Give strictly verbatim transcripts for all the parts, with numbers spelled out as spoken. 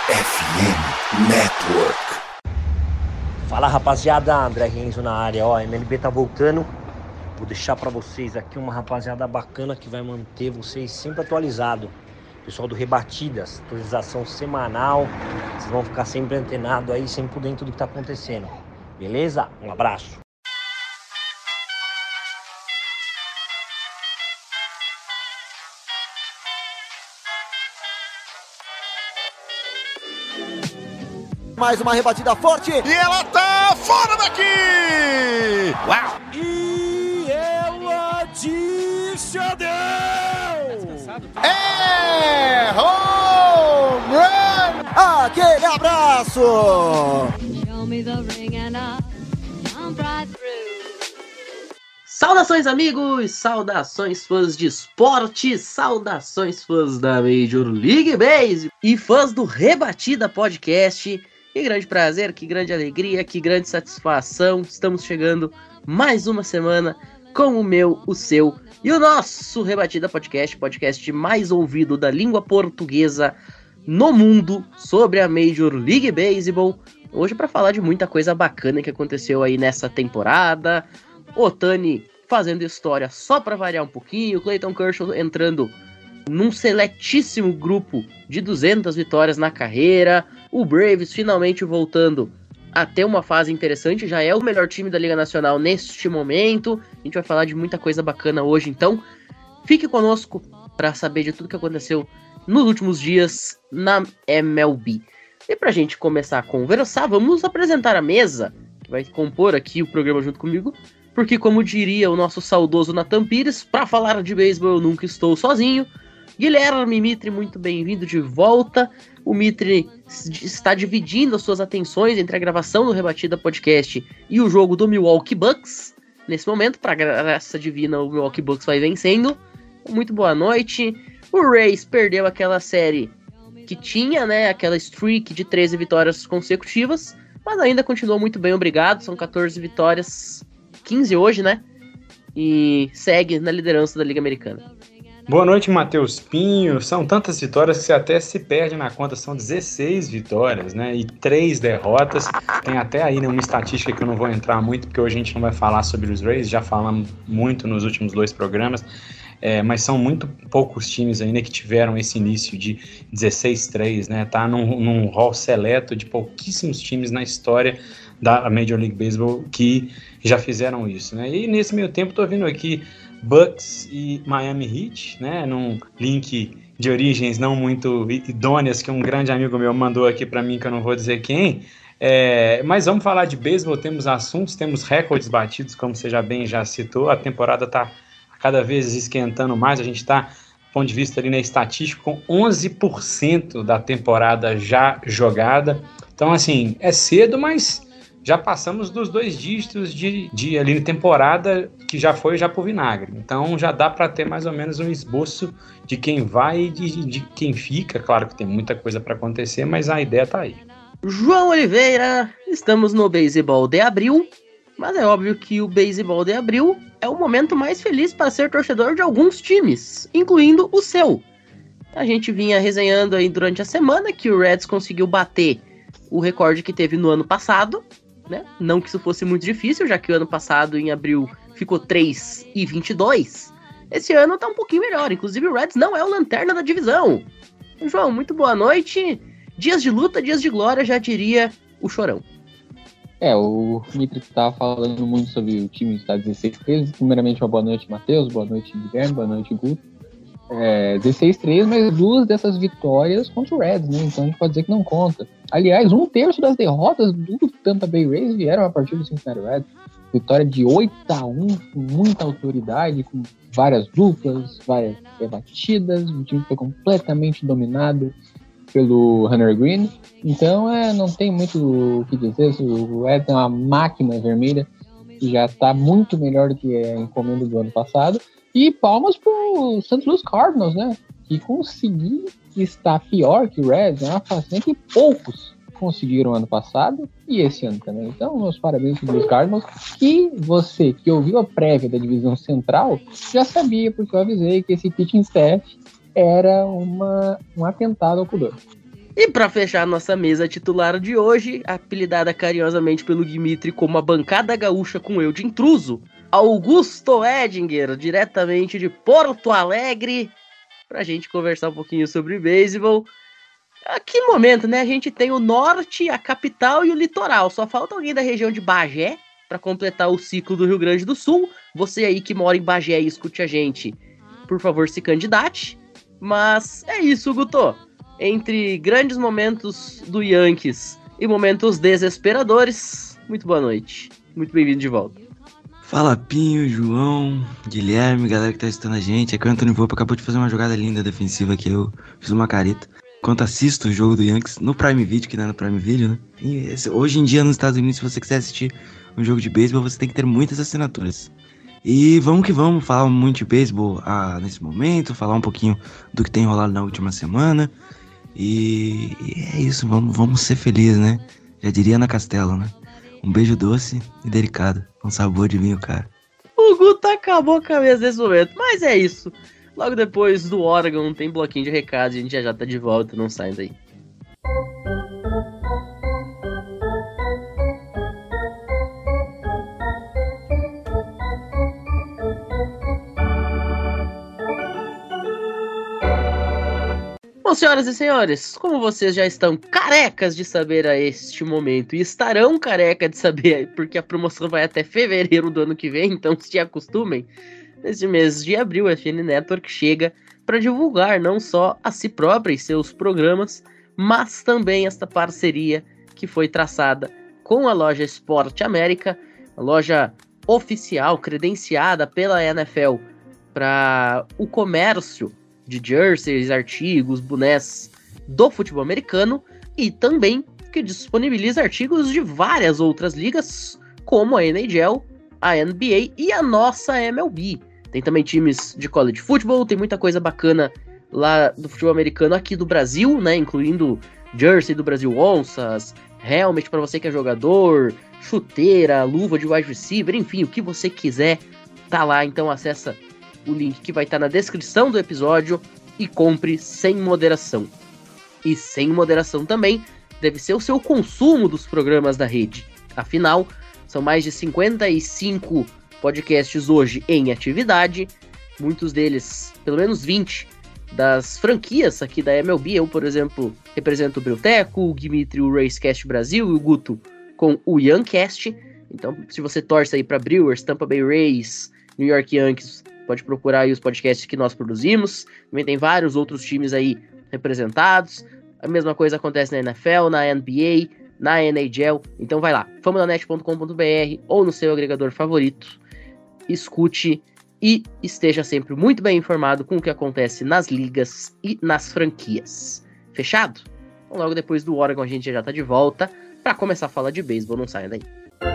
F M Network. Fala rapaziada, André Renzo na área, ó, a M L B tá voltando. Vou deixar pra vocês aqui uma rapaziada bacana que vai manter vocês sempre atualizados. Pessoal do Rebatidas, atualização semanal. Vocês vão ficar sempre antenados aí, sempre por dentro do que tá acontecendo. Beleza? Um abraço. Mais uma rebatida forte. E ela tá fora daqui! Uau! E ela disse adeus! É home run! Aquele abraço! Saudações amigos, saudações fãs de esporte, saudações fãs da Major League Baseball e fãs do Rebatida Podcast. Que grande prazer, que grande alegria, que grande satisfação. Estamos chegando mais uma semana com o meu, o seu e o nosso Rebatida Podcast, podcast mais ouvido da língua portuguesa no mundo sobre a Major League Baseball. Hoje para falar de muita coisa bacana que aconteceu aí nessa temporada. Ohtani fazendo história só para variar um pouquinho, Clayton Kershaw entrando num seletíssimo grupo de duzentas vitórias na carreira, o Braves finalmente voltando a ter uma fase interessante, já é o melhor time da Liga Nacional neste momento. A gente vai falar de muita coisa bacana hoje, então fique conosco para saber de tudo que aconteceu nos últimos dias na M L B. E pra gente começar a conversar, vamos apresentar a mesa que vai compor aqui o programa junto comigo, porque como diria o nosso saudoso Nathan Pires, para falar de beisebol eu nunca estou sozinho. Guilherme Mitre, muito bem-vindo de volta. O Mitre está dividindo as suas atenções entre a gravação do Rebatida Podcast e o jogo do Milwaukee Bucks. Nesse momento, para graça divina, o Milwaukee Bucks vai vencendo. Muito boa noite. O Rays perdeu aquela série que tinha, né, aquela streak de treze vitórias consecutivas, mas ainda continuou muito bem, obrigado. São catorze vitórias, quinze hoje, né? E segue na liderança da Liga Americana. Boa noite, Matheus Pinho. São tantas vitórias que você até se perde na conta. São dezesseis vitórias, né? E três derrotas. Tem até aí, né, uma estatística que eu não vou entrar muito, porque hoje a gente não vai falar sobre os Rays. Já falamos muito nos últimos dois programas. É, mas são muito poucos times ainda que tiveram esse início de dezesseis a três, né? Tá num, num hall seleto de pouquíssimos times na história da Major League Baseball que já fizeram isso, né? E nesse meio tempo tô vendo aqui Bucks e Miami Heat, né, num link de origens não muito idôneas que um grande amigo meu mandou aqui para mim, que eu não vou dizer quem, é, mas vamos falar de beisebol, temos assuntos, temos recordes batidos, como você já bem já citou, a temporada está cada vez esquentando mais, a gente está, do ponto de vista ali na estatística, com onze por cento da temporada já jogada, então assim, é cedo, mas já passamos dos dois dígitos de, de ali na temporada que já foi já pro vinagre. Então já dá para ter mais ou menos um esboço de quem vai e de, de quem fica. Claro que tem muita coisa para acontecer, mas a ideia tá aí. João Oliveira, estamos no Beisebol de Abril, mas é óbvio que o Beisebol de Abril é o momento mais feliz para ser torcedor de alguns times, incluindo o seu. A gente vinha resenhando aí durante a semana que o Reds conseguiu bater o recorde que teve no ano passado, né? Não que isso fosse muito difícil, já que o ano passado, em abril, ficou três e vinte e dois. Esse ano tá um pouquinho melhor, inclusive o Reds não é o lanterna da divisão. João, muito boa noite. Dias de luta, dias de glória, já diria o Chorão. É, o Mitri tava falando muito sobre o time estar dezesseis a três. Primeiramente, uma boa noite, Matheus, boa noite, Guilherme, boa noite, Guto. É, dezesseis a três, mas duas dessas vitórias contra o Reds, né? Então a gente pode dizer que não conta. Aliás, um terço das derrotas do Tampa Bay Rays vieram a partir do Cincinnati Reds. Vitória de oito a um, com muita autoridade, com várias duplas, várias rebatidas. O time foi completamente dominado pelo Hunter Green. Então é, não tem muito o que dizer. O Reds é uma máquina vermelha que já está muito melhor do que a encomenda do ano passado. E palmas pro Saint Louis Cardinals, né? Que conseguiu estar pior que o Reds, é uma façanha que poucos conseguiram ano passado e esse ano também. Então, meus parabéns para os Cardinals, que você que ouviu a prévia da divisão central já sabia, porque eu avisei que esse pitching staff era uma, um atentado ao pudor. E para fechar nossa mesa titular de hoje, apelidada carinhosamente pelo Dimitri como a bancada gaúcha com eu de intruso, Augusto Edinger, diretamente de Porto Alegre, pra gente conversar um pouquinho sobre beisebol. A que momento, né? A gente tem o norte, a capital e o litoral. Só falta alguém da região de Bagé para completar o ciclo do Rio Grande do Sul. Você aí que mora em Bagé e escute a gente, por favor, se candidate. Mas é isso, Guto. Entre grandes momentos do Yankees e momentos desesperadores, muito boa noite. Muito bem-vindo de volta. Fala, Pinho, João, Guilherme, galera que tá assistindo a gente. Aqui é o Antônio Volpe, acabou de fazer uma jogada linda defensiva que eu fiz uma careta. Enquanto assisto o jogo do Yankees no Prime Video, que não é no Prime Video, né? E esse, hoje em dia nos Estados Unidos, se você quiser assistir um jogo de beisebol, você tem que ter muitas assinaturas. E vamos que vamos, falar muito de beisebol ah, nesse momento, falar um pouquinho do que tem rolado na última semana. E, e é isso, vamos, vamos ser felizes, né? Já diria Ana Castela, né? Um beijo doce e delicado, com sabor de vinho, cara. O Guto acabou com a mesa nesse momento, mas é isso. Logo depois do Oregon tem bloquinho de recados e a gente já já tá de volta, não sai daí. Bom, senhoras e senhores, como vocês já estão carecas de saber a este momento e estarão carecas de saber porque a promoção vai até fevereiro do ano que vem, então se acostumem, neste mês de abril a F N Network chega para divulgar não só a si própria e seus programas, mas também esta parceria que foi traçada com a loja Esporte América, a loja oficial credenciada pela N F L para o comércio de jerseys, artigos, bonés do futebol americano e também que disponibiliza artigos de várias outras ligas, como a N H L, a N B A e a nossa M L B. Tem também times de college football, tem muita coisa bacana lá do futebol americano aqui do Brasil, né, incluindo jersey do Brasil Onças, helmet para você que é jogador, chuteira, luva de wide receiver, enfim, o que você quiser tá lá, então acessa o link que vai estar na descrição do episódio e compre sem moderação. E sem moderação também deve ser o seu consumo dos programas da rede. Afinal, são mais de cinquenta e cinco podcasts hoje em atividade, muitos deles, pelo menos vinte, das franquias aqui da M L B. Eu, por exemplo, represento o Breuteco, o Dimitri, o Racecast Brasil e o Guto com o Yancast. Então, se você torce aí para Brewers, Tampa Bay Rays, New York Yankees, pode procurar aí os podcasts que nós produzimos. Também tem vários outros times aí representados. A mesma coisa acontece na N F L, na N B A, na N H L. Então vai lá, famulanet ponto com ponto b r ou no seu agregador favorito. Escute e esteja sempre muito bem informado com o que acontece nas ligas e nas franquias. Fechado? Então, logo depois do Oregon a gente já tá de volta para começar a falar de beisebol. Não saia daí.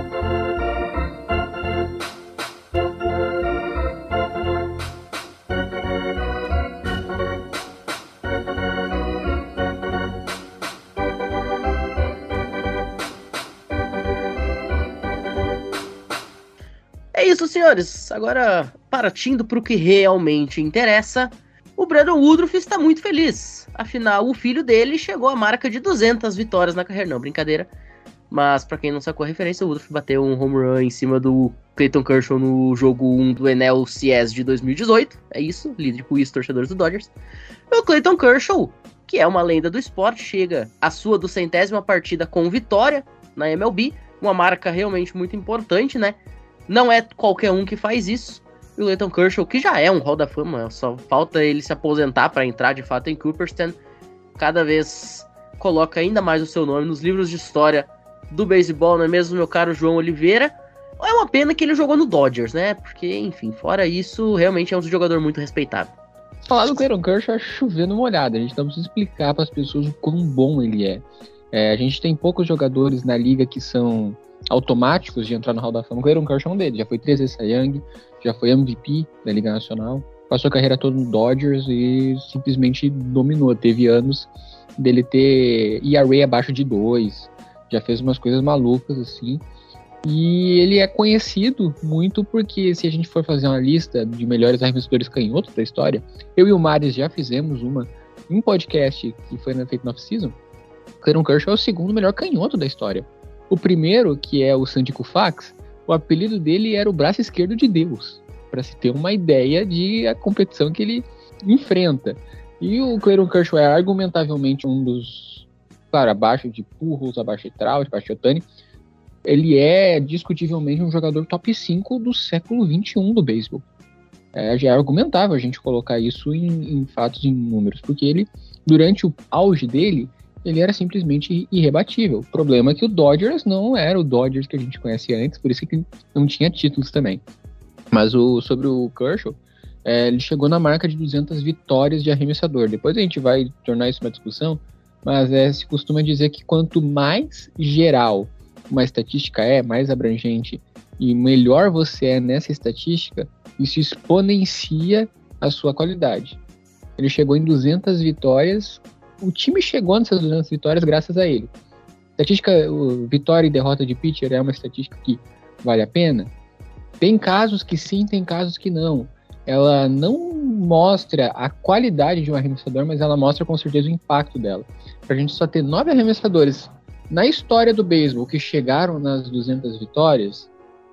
É isso, senhores. Agora, partindo para o que realmente interessa, o Brandon Woodruff está muito feliz. Afinal, o filho dele chegou à marca de duzentas vitórias na carreira. Não, brincadeira. Mas, para quem não sacou a referência, o Woodruff bateu um home run em cima do Clayton Kershaw no jogo um do N L C S de dois mil e dezoito. É isso, líder com isso, torcedores do Dodgers. E o Clayton Kershaw, que é uma lenda do esporte, chega à sua duzentésima partida com vitória na M L B. Uma marca realmente muito importante, né? Não é qualquer um que faz isso. E o Clayton Kershaw, que já é um Hall da Fama, só falta ele se aposentar para entrar de fato em Cooperstown, cada vez coloca ainda mais o seu nome nos livros de história do beisebol, não é mesmo, meu caro João Oliveira? É uma pena que ele jogou no Dodgers, né? Porque, enfim, fora isso, realmente é um jogador muito respeitável. Falar do Clayton Kershaw é chover numa olhada. A gente não precisa explicar para as pessoas o quão bom ele é. é. A gente tem poucos jogadores na liga que são automáticos de entrar no Hall da Fama. O Clayton Kershaw é um deles. Já foi três vezes Cy Young, já foi M V P da Liga Nacional, passou a carreira toda no Dodgers e simplesmente dominou. Teve anos dele ter E R A abaixo de dois, já fez umas coisas malucas assim. E ele é conhecido muito porque, se a gente for fazer uma lista de melhores arremessadores canhotos da história, eu e o Maris já fizemos uma, um podcast que foi feito na off-season, Clayton Kershaw é o segundo melhor canhoto da história. O primeiro, que é o Sandy Koufax, o apelido dele era o braço esquerdo de Deus, para se ter uma ideia de a competição que ele enfrenta. E o Clayton Kershaw é argumentavelmente um dos, claro, abaixo de Pujols, abaixo de Trout, abaixo de Ohtani. Ele é discutivelmente um jogador top cinco do século vinte e um do beisebol. É, já é argumentável a gente colocar isso em, em fatos, em números, porque ele, durante o auge dele, ele era simplesmente irrebatível. O problema é que o Dodgers não era o Dodgers que a gente conhece antes, por isso que não tinha títulos também. Mas o, sobre o Kershaw, é, ele chegou na marca de duzentas vitórias de arremessador. Depois a gente vai tornar isso uma discussão, mas é, se costuma dizer que quanto mais geral uma estatística é, mais abrangente, e melhor você é nessa estatística, isso exponencia a sua qualidade. Ele chegou em duzentas vitórias, o time chegou nessas duzentas vitórias graças a ele. Estatística, vitória e derrota de pitcher é uma estatística que vale a pena? Tem casos que sim, tem casos que não. Ela não mostra a qualidade de um arremessador, mas ela mostra com certeza o impacto dela. Pra gente só ter nove arremessadores na história do beisebol que chegaram nas duzentas vitórias,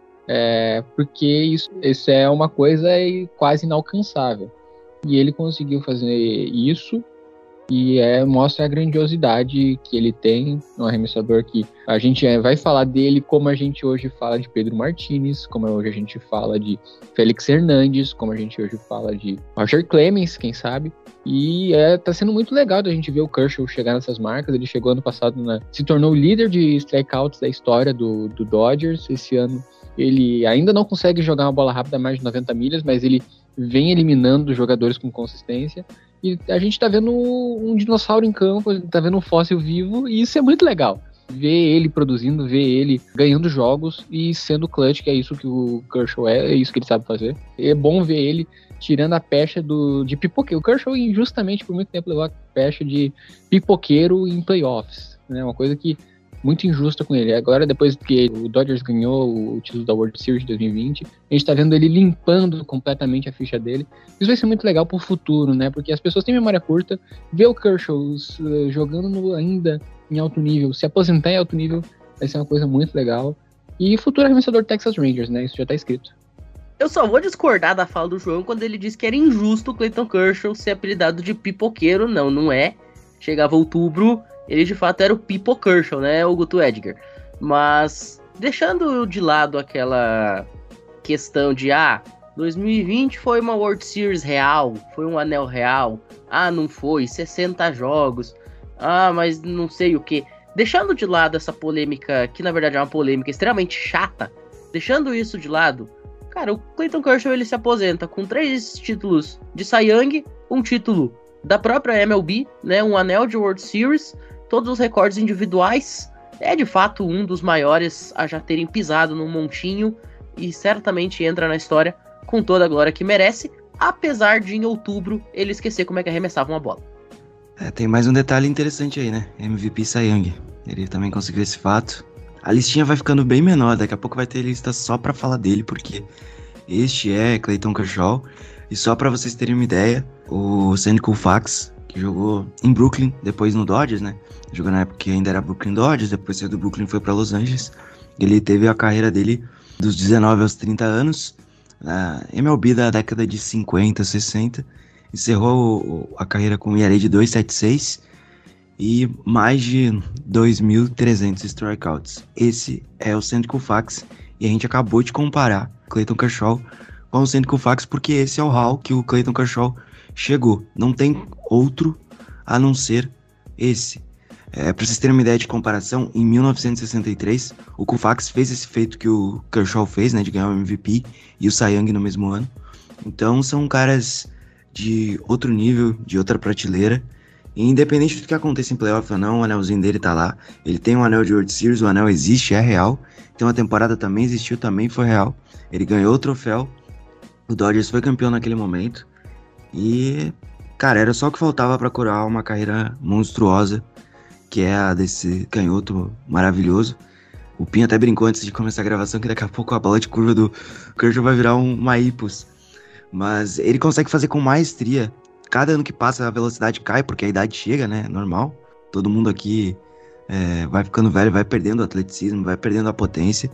é porque isso, isso é uma coisa quase inalcançável. E ele conseguiu fazer isso e é, mostra a grandiosidade que ele tem, um arremessador que a gente vai falar dele como a gente hoje fala de Pedro Martínez, como hoje a gente fala de Félix Hernandes, como a gente hoje fala de Roger Clemens, quem sabe. E é, tá sendo muito legal da gente ver o Kershaw chegar nessas marcas. Ele chegou ano passado, na, se tornou o líder de strikeouts da história do, do Dodgers. Esse ano ele ainda não consegue jogar uma bola rápida a mais de noventa milhas, mas ele vem eliminando jogadores com consistência. E a gente tá vendo um dinossauro em campo, tá vendo um fóssil vivo, e isso é muito legal. Ver ele produzindo, ver ele ganhando jogos e sendo clutch, que é isso que o Kershaw é, é isso que ele sabe fazer. É bom ver ele tirando a pecha do, de pipoqueiro. O Kershaw, injustamente, por muito tempo, levou a pecha de pipoqueiro em playoffs, né? Uma coisa que muito injusta com ele. Agora, depois que o Dodgers ganhou o título da World Series de dois mil e vinte, a gente tá vendo ele limpando completamente a ficha dele. Isso vai ser muito legal pro futuro, né? Porque as pessoas têm memória curta. Ver o Kershaw uh, jogando no, ainda em alto nível, se aposentar em alto nível, vai ser uma coisa muito legal. E futuro arremessador Texas Rangers, né? Isso já tá escrito. Eu só vou discordar da fala do João quando ele disse que era injusto o Clayton Kershaw ser apelidado de pipoqueiro. Não, não é. Chegava outubro, ele de fato era o Pipo Kershaw, né? O Guto Edgar. Mas, deixando de lado aquela questão de, ah, dois mil e vinte foi uma World Series real, foi um anel real. Ah, não foi, sessenta jogos. Ah, mas não sei o que. Deixando de lado essa polêmica, que na verdade é uma polêmica extremamente chata, deixando isso de lado, cara, o Clayton Kershaw ele se aposenta com três títulos de Cy Young, um título da própria M L B, né, um anel de World Series, todos os recordes individuais. É de fato um dos maiores a já terem pisado no montinho e certamente entra na história com toda a glória que merece, apesar de em outubro ele esquecer como é que arremessava uma bola. É, tem mais um detalhe interessante aí, né? M V P Cy Young. Ele também conseguiu esse fato. A listinha vai ficando bem menor, daqui a pouco vai ter lista só pra falar dele, porque este é Clayton Kershaw. E só pra vocês terem uma ideia, o Sandy Koufax, que jogou em Brooklyn, depois no Dodgers, né? Jogou na época que ainda era Brooklyn Dodgers, depois saiu do Brooklyn e foi pra Los Angeles. Ele teve a carreira dele dos dezenove aos trinta anos, na M L B da década de cinquenta, sessenta. Encerrou a carreira com um E R A de dois vírgula setenta e seis e mais de dois mil e trezentos strikeouts. Esse é o Sandy Koufax e a gente acabou de comparar Clayton Kershaw com o Sandy Koufax porque esse é o hall que o Clayton Kershaw chegou. Não tem outro a não ser esse. É, para vocês terem uma ideia de comparação, em mil novecentos e sessenta e três o Koufax fez esse feito que o Kershaw fez, né, de ganhar o M V P e o Cy Young no mesmo ano. Então são caras de outro nível, de outra prateleira. E independente do que aconteça em playoff ou não, o anelzinho dele tá lá. Ele tem um anel de World Series, o anel existe, é real. Tem uma temporada também existiu, também foi real. Ele ganhou o troféu. O Dodgers foi campeão naquele momento. E, cara, era só o que faltava pra coroar uma carreira monstruosa, que é a desse canhoto maravilhoso. O Pinho até brincou antes de começar a gravação que daqui a pouco a bola de curva do Kershaw vai virar um, uma Ipos. Mas ele consegue fazer com maestria. Cada ano que passa a velocidade cai, porque a idade chega, né? Normal. Todo mundo aqui é, vai ficando velho, vai perdendo o atleticismo, vai perdendo a potência,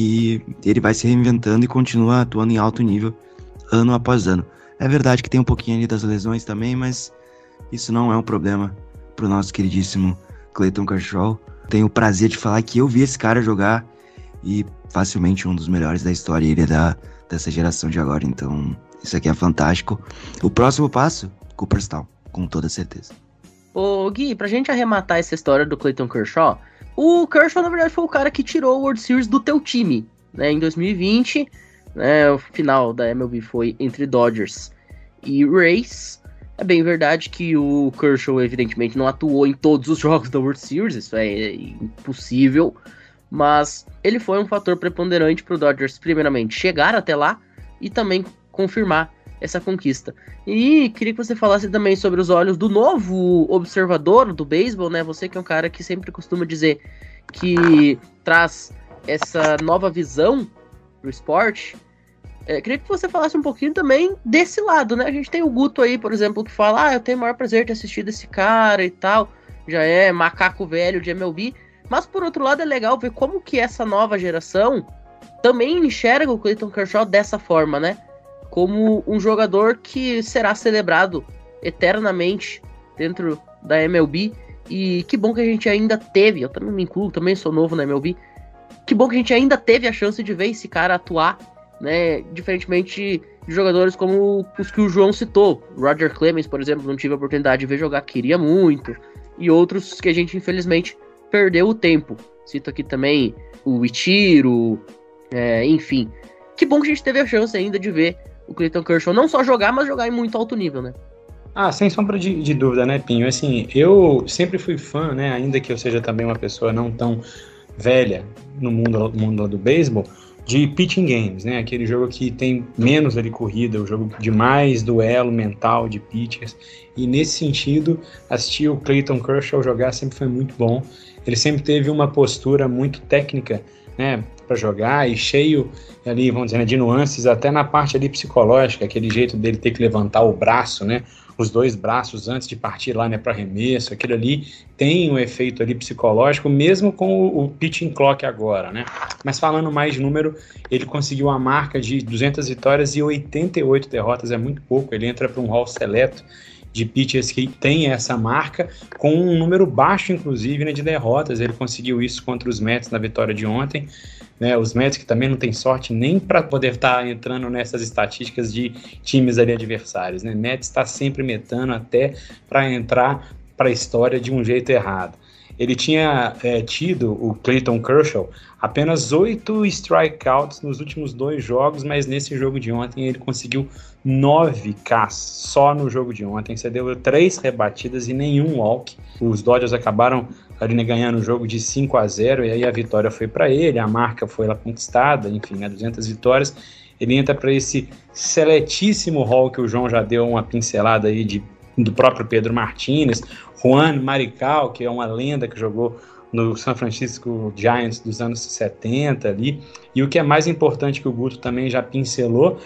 e ele vai se reinventando e continua atuando em alto nível ano após ano. É verdade que tem um pouquinho ali das lesões também, mas isso não é um problema pro nosso queridíssimo Clayton Kershaw. Tenho o prazer de falar que eu vi esse cara jogar e facilmente um dos melhores da história, ele é da, dessa geração de agora, então isso aqui é fantástico. O próximo passo, Cooperstown, com toda certeza. Ô Gui, pra gente arrematar essa história do Clayton Kershaw, o Kershaw na verdade foi o cara que tirou o World Series do teu time, né, em dois mil e vinte, né, o final da M L B foi entre Dodgers e Rays. É bem verdade que o Kershaw evidentemente não atuou em todos os jogos da World Series, isso é impossível, mas ele foi um fator preponderante para o Dodgers primeiramente chegar até lá e também confirmar essa conquista. E queria que você falasse também sobre os olhos do novo observador do beisebol, né? Você que é um cara que sempre costuma dizer que traz essa nova visão pro esporte. É, queria que você falasse um pouquinho também desse lado, né? A gente tem o Guto aí, por exemplo, que fala, ah, eu tenho o maior prazer de ter assistido esse cara e tal, já é macaco velho de M L B, mas por outro lado é legal ver como que essa nova geração também enxerga o Clayton Kershaw dessa forma, né? Como um jogador que será celebrado eternamente dentro da M L B, e que bom que a gente ainda teve, eu também me incluo, também sou novo na M L B, que bom que a gente ainda teve a chance de ver esse cara atuar, né, diferentemente de jogadores como os que o João citou. Roger Clemens, por exemplo, não tive a oportunidade de ver jogar, queria muito, e outros que a gente infelizmente perdeu o tempo. Cito aqui também o Ichiro, é, enfim. Que bom que a gente teve a chance ainda de ver o Clayton Kershaw não só jogar, mas jogar em muito alto nível, né? Ah, sem sombra de, de dúvida, né, Pinho? Assim, eu sempre fui fã, né, ainda que eu seja também uma pessoa não tão velha no mundo, no mundo do beisebol, de pitching games, né? Aquele jogo que tem menos ali corrida, o jogo de mais duelo mental de pitchers. E nesse sentido, assistir o Clayton Kershaw jogar sempre foi muito bom. Ele sempre teve uma postura muito técnica, né, para jogar, e cheio ali, vamos dizer, né, de nuances, até na parte ali psicológica, aquele jeito dele ter que levantar o braço, né, os dois braços antes de partir lá, né, para arremesso, aquilo ali tem um efeito ali psicológico, mesmo com o, o pitching clock agora, né. Mas falando mais de número, ele conseguiu a marca de duzentas vitórias e oitenta e oito derrotas, é muito pouco, ele entra para um hall seleto de pitchers que tem essa marca, com um número baixo, inclusive, né, de derrotas. Ele conseguiu isso contra os Mets na vitória de ontem, né, os Mets que também não tem sorte nem para poder estar tá entrando nessas estatísticas de times ali adversários, né, Mets está sempre metando até para entrar para a história de um jeito errado. Ele tinha é, tido, o Clayton Kershaw, apenas oito strikeouts nos últimos dois jogos, mas nesse jogo de ontem ele conseguiu nove Ks só no jogo de ontem. Você deu três rebatidas e nenhum walk. Os Dodgers acabaram ali ganhando o jogo de cinco a zero, e aí a vitória foi para ele, a marca foi lá conquistada, enfim, né, duzentas vitórias. Ele entra para esse seletíssimo hall que o João já deu uma pincelada aí de, do próprio Pedro Martínez, Juan Marichal, que é uma lenda que jogou no San Francisco Giants dos anos setenta ali, e o que é mais importante, que o Guto também já pincelou,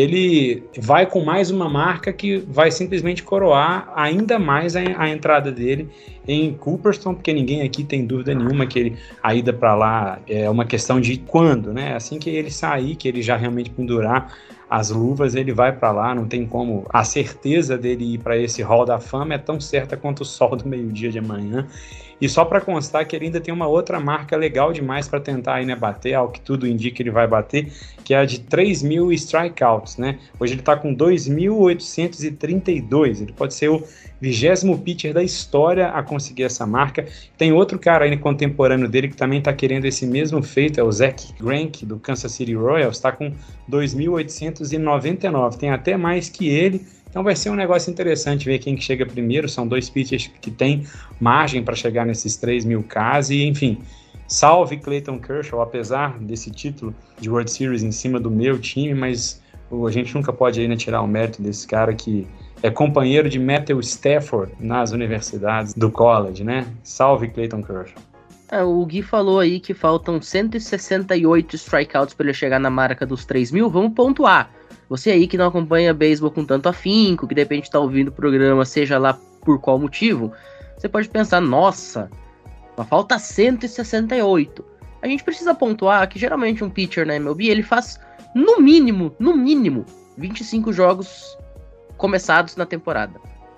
ele vai com mais uma marca que vai simplesmente coroar ainda mais a, a entrada dele em Cooperstown, porque ninguém aqui tem dúvida nenhuma que ele, a ida para lá é uma questão de quando, né? Assim que ele sair, que ele já realmente pendurar as luvas, ele vai para lá, não tem como. A certeza dele ir para esse Hall da Fama é tão certa quanto o sol do meio-dia de amanhã. E só para constar que ele ainda tem uma outra marca legal demais para tentar aí, né, bater, ao que tudo indica ele vai bater, que é a de três mil strikeouts, né? Hoje ele está com dois mil oitocentos e trinta e dois, ele pode ser o vigésimo pitcher da história a conseguir essa marca. Tem outro cara aí contemporâneo dele que também está querendo esse mesmo feito, é o Zack Greinke, do Kansas City Royals, está com dois mil oitocentos e noventa e nove, tem até mais que ele. Então vai ser um negócio interessante ver quem que chega primeiro. São dois pitchers que têm margem para chegar nesses três mil Ks, e enfim, salve Clayton Kershaw, apesar desse título de World Series em cima do meu time, mas a gente nunca pode ainda tirar o mérito desse cara que é companheiro de Matthew Stafford nas universidades do college, né? Salve Clayton Kershaw. É, o Gui falou aí que faltam cento e sessenta e oito strikeouts para ele chegar na marca dos três mil. Vamos pontuar. Você aí que não acompanha beisebol com tanto afinco, que de repente está ouvindo o programa, seja lá por qual motivo, você pode pensar, nossa, mas falta cento e sessenta e oito. A gente precisa pontuar que geralmente um pitcher na M L B, ele faz no mínimo, no mínimo, vinte e cinco jogos começados na temporada.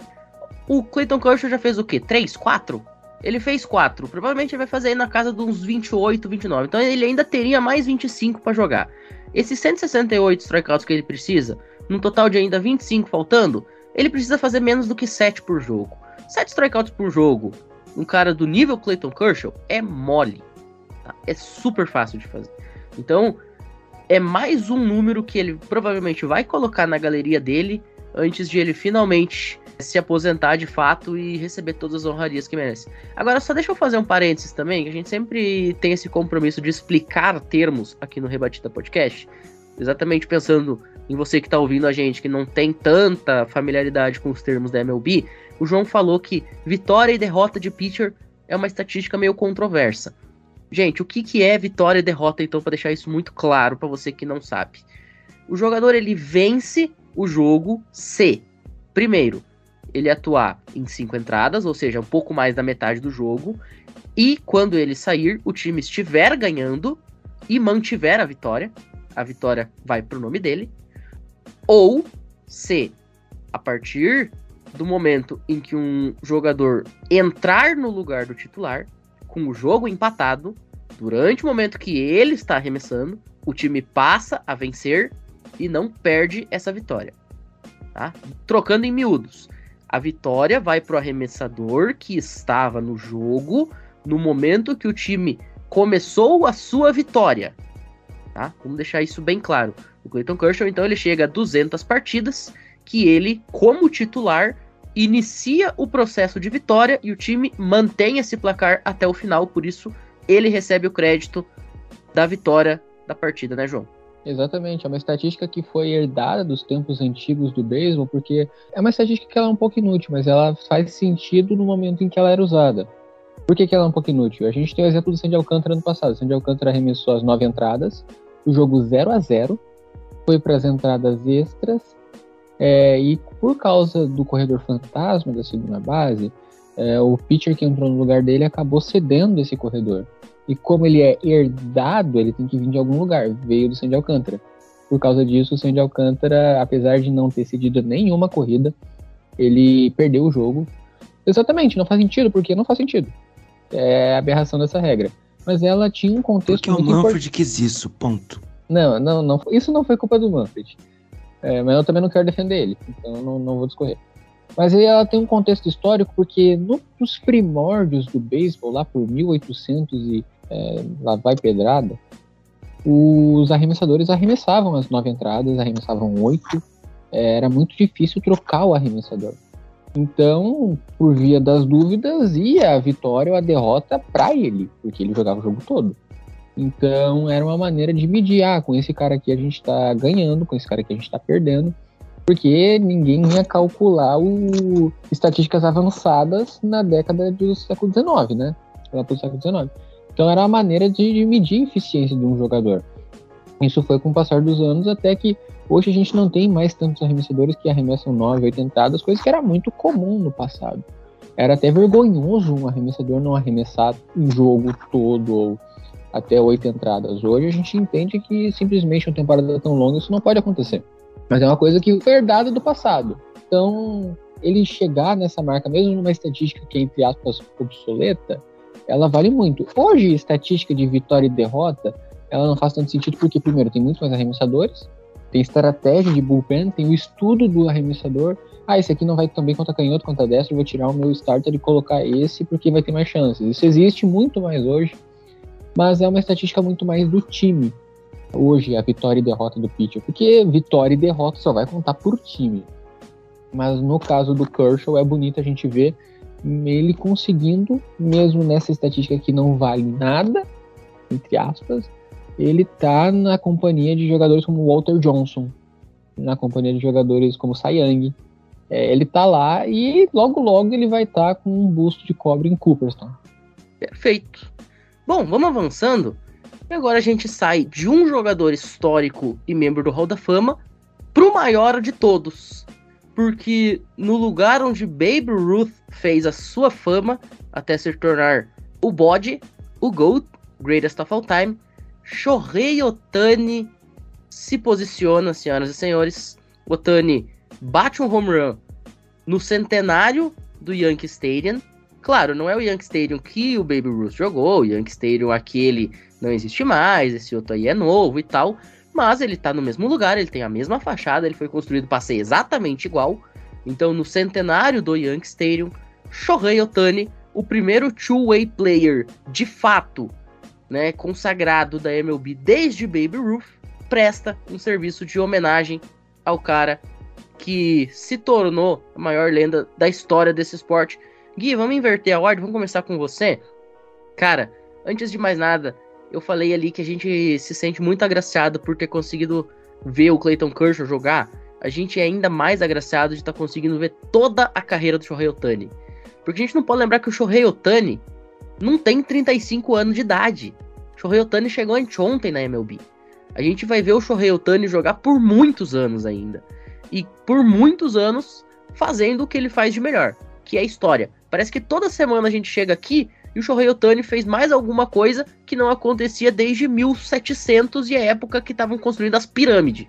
O Clayton Kershaw já fez o quê? três, quatro? Ele fez quatro. Provavelmente ele vai fazer aí na casa de uns vinte e oito, vinte e nove. Então ele ainda teria mais vinte e cinco para jogar. Esses cento e sessenta e oito strikeouts que ele precisa, num total de ainda vinte e cinco faltando, ele precisa fazer menos do que sete por jogo. sete strikeouts por jogo, um cara do nível Clayton Kershaw, é mole. Tá? É super fácil de fazer. Então, é mais um número que ele provavelmente vai colocar na galeria dele antes de ele finalmente se aposentar de fato e receber todas as honrarias que merece. Agora, só deixa eu fazer um parênteses também, que a gente sempre tem esse compromisso de explicar termos aqui no Rebatida Podcast, exatamente pensando em você que está ouvindo a gente, que não tem tanta familiaridade com os termos da M L B. O João falou que vitória e derrota de pitcher é uma estatística meio controversa. Gente, o que, que é vitória e derrota, então, para deixar isso muito claro para você que não sabe? O jogador, ele vence o jogo se, primeiro, ele atuar em cinco entradas, ou seja, um pouco mais da metade do jogo, e quando ele sair, o time estiver ganhando e mantiver a vitória, a vitória vai pro nome dele, ou se, a partir do momento em que um jogador entrar no lugar do titular, com o jogo empatado, durante o momento que ele está arremessando, o time passa a vencer e não perde essa vitória. Tá? Trocando em miúdos, a vitória vai para o arremessador que estava no jogo no momento que o time começou a sua vitória. Tá? Vamos deixar isso bem claro. O Clayton Kershaw, então, ele chega a duzentas partidas, que ele, como titular, inicia o processo de vitória e o time mantém esse placar até o final, por isso ele recebe o crédito da vitória da partida, né, João? Exatamente, é uma estatística que foi herdada dos tempos antigos do beisebol, porque é uma estatística que ela é um pouco inútil, mas ela faz sentido no momento em que ela era usada. Por que, que ela é um pouco inútil? A gente tem o exemplo do Sandy Alcântara ano passado. O Sandy Alcântara arremessou as nove entradas, o jogo zero a zero, foi para as entradas extras, é, e por causa do corredor fantasma da segunda base, é, o pitcher que entrou no lugar dele acabou cedendo esse corredor. E como ele é herdado, ele tem que vir de algum lugar. Veio do Sandy Alcântara. Por causa disso, o Sandy Alcântara, apesar de não ter cedido nenhuma corrida, ele perdeu o jogo. Exatamente, não faz sentido, porque não faz sentido. É a aberração dessa regra. Mas ela tinha um contexto porque muito importante. Porque o Manfred quis isso, ponto. Não, não, não, isso não foi culpa do Manfred. É, mas eu também não quero defender ele, então não, não vou discorrer. Mas aí ela tem um contexto histórico, porque no, nos primórdios do beisebol, lá por mil e oitocentos e é, lá vai pedrada, os arremessadores arremessavam as nove entradas, arremessavam oito, é, era muito difícil trocar o arremessador. Então, por via das dúvidas, ia a vitória ou a derrota para ele, porque ele jogava o jogo todo. Então, era uma maneira de medir, ah, com esse cara aqui a gente tá ganhando, com esse cara aqui a gente tá perdendo, porque ninguém ia calcular o estatísticas avançadas na década do século dezenove, né? Lá pro século dezenove. Então, era uma maneira de, de medir a eficiência de um jogador. Isso foi com o passar dos anos, até que hoje a gente não tem mais tantos arremessadores que arremessam nove, oito entradas, coisa que era muito comum no passado. Era até vergonhoso um arremessador não arremessar um jogo todo ou até oito entradas. Hoje a gente entende que simplesmente uma temporada tão longa isso não pode acontecer. Mas é uma coisa que foi herdada do passado. Então, ele chegar nessa marca, mesmo numa estatística que é, entre aspas, obsoleta, ela vale muito. Hoje, a estatística de vitória e derrota, ela não faz tanto sentido porque, primeiro, tem muitos mais arremessadores, tem estratégia de bullpen, tem o estudo do arremessador. Ah, esse aqui não vai tão bem contra canhoto, contra destro, eu vou tirar o meu starter e colocar esse porque vai ter mais chances. Isso existe muito mais hoje, mas é uma estatística muito mais do time. Hoje, a vitória e derrota do pitcher, porque vitória e derrota só vai contar por time. Mas no caso do Kershaw, é bonito a gente ver ele conseguindo, mesmo nessa estatística que não vale nada, entre aspas, ele tá na companhia de jogadores como Walter Johnson, na companhia de jogadores como Cy Young. É, ele tá lá e logo logo ele vai estar tá com um busto de cobre em Cooperstown. Perfeito. Bom, vamos avançando. E agora a gente sai de um jogador histórico e membro do Hall da Fama pro maior de todos. Porque no lugar onde Babe Ruth fez a sua fama, até se tornar o bode, o GOAT, Greatest of All Time, Shohei Ohtani se posiciona, senhoras e senhores. Ohtani bate um home run no centenário do Yankee Stadium. Claro, não é o Yankee Stadium que o Baby Ruth jogou, o Yankee Stadium aquele não existe mais, esse outro aí é novo e tal, mas ele tá no mesmo lugar, ele tem a mesma fachada, ele foi construído para ser exatamente igual. Então, no centenário do Yankee Stadium, Shohei Ohtani, o primeiro two-way player de fato, né, consagrado da M L B desde Baby Ruth, presta um serviço de homenagem ao cara que se tornou a maior lenda da história desse esporte. Gui, vamos inverter a ordem, vamos começar com você. Cara, antes de mais nada, eu falei ali que a gente se sente muito agraciado por ter conseguido ver o Clayton Kershaw jogar. A gente é ainda mais agraciado de estar tá conseguindo ver toda a carreira do Shohei Ohtani. Porque a gente não pode lembrar que o Shohei Ohtani não tem trinta e cinco anos de idade. O Shohei Ohtani chegou anteontem na M L B. A gente vai ver o Shohei Ohtani jogar por muitos anos ainda. E por muitos anos fazendo o que ele faz de melhor, que é a história. Parece que toda semana a gente chega aqui e o Shohei Ohtani fez mais alguma coisa que não acontecia desde mil e setecentos e a época que estavam construindo as pirâmides.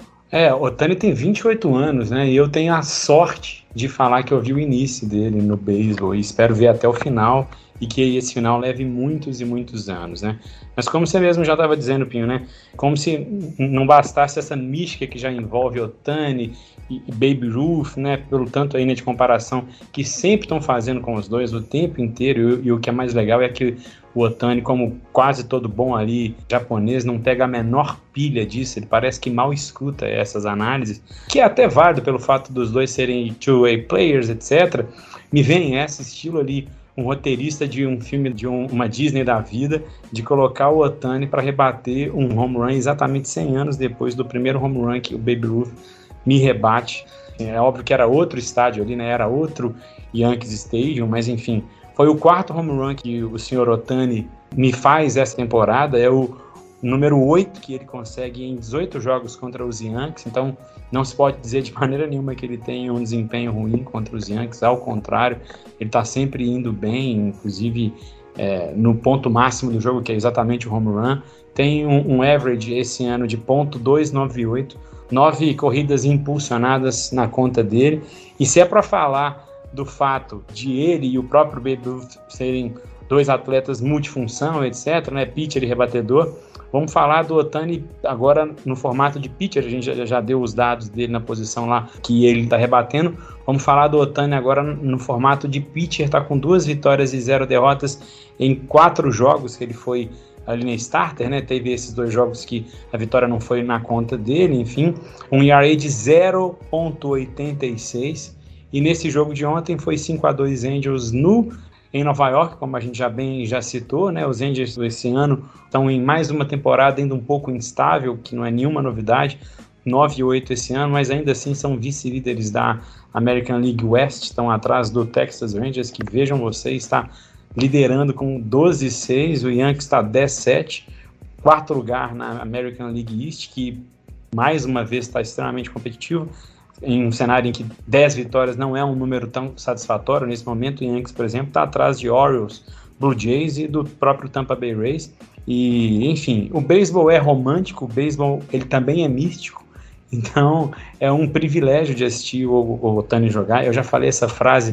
É, o Ohtani tem vinte e oito anos, né? E eu tenho a sorte de falar que eu vi o início dele no beisebol e espero ver até o final e que esse final leve muitos e muitos anos, né? Mas como você mesmo já estava dizendo, Pinho, né? Como se não bastasse essa mística que já envolve Ohtani e Baby Ruth, né? Pelo tanto aí, né, de comparação que sempre estão fazendo com os dois o tempo inteiro. E, e o que é mais legal é que o Ohtani, como quase todo bom ali japonês, não pega a menor pilha disso. Ele parece que mal escuta essas análises, que é até válido pelo fato dos dois serem two-way players, etcétera. Me vem esse estilo ali, um roteirista de um filme de um, uma Disney da vida, de colocar o Ohtani para rebater um home run exatamente cem anos depois do primeiro home run que o Baby Ruth me rebate. É óbvio que era outro estádio ali, né? Era outro Yankees Stadium, mas enfim, foi o quarto home run que o senhor Ohtani me faz essa temporada, é o número oito que ele consegue em dezoito jogos contra os Yankees, então não se pode dizer de maneira nenhuma que ele tem um desempenho ruim contra os Yankees, ao contrário, ele está sempre indo bem, inclusive é, no ponto máximo do jogo, que é exatamente o home run, tem um, um average esse ano de ponto dois nove oito, nove corridas impulsionadas na conta dele, e se é para falar do fato de ele e o próprio Baby Ruth serem dois atletas multifunção, etcétera, né, pitcher e rebatedor, vamos falar do Ohtani agora no formato de pitcher. A gente já, já deu os dados dele na posição lá que ele está rebatendo. Vamos falar do Ohtani agora no formato de pitcher, está com duas vitórias e zero derrotas em quatro jogos que ele foi ali na starter, né? Teve esses dois jogos que a vitória não foi na conta dele, enfim. Um E R A de zero ponto oitenta e seis. E nesse jogo de ontem foi cinco a dois Angels no em Nova York, como a gente já bem já citou, né? Os Angels esse ano estão em mais uma temporada ainda um pouco instável, que não é nenhuma novidade, nove e oito esse ano, mas ainda assim são vice-líderes da American League West, estão atrás do Texas Rangers, que vejam vocês, está liderando com doze e seis, o Yankees está dez e sete, quarto lugar na American League East, que mais uma vez está extremamente competitivo, em um cenário em que dez vitórias não é um número tão satisfatório. Nesse momento o Yankees, por exemplo, está atrás de Orioles, Blue Jays e do próprio Tampa Bay Rays. E, enfim, o beisebol é romântico, o beisebol ele também é místico, então é um privilégio de assistir o, o Ohtani jogar. Eu já falei essa frase,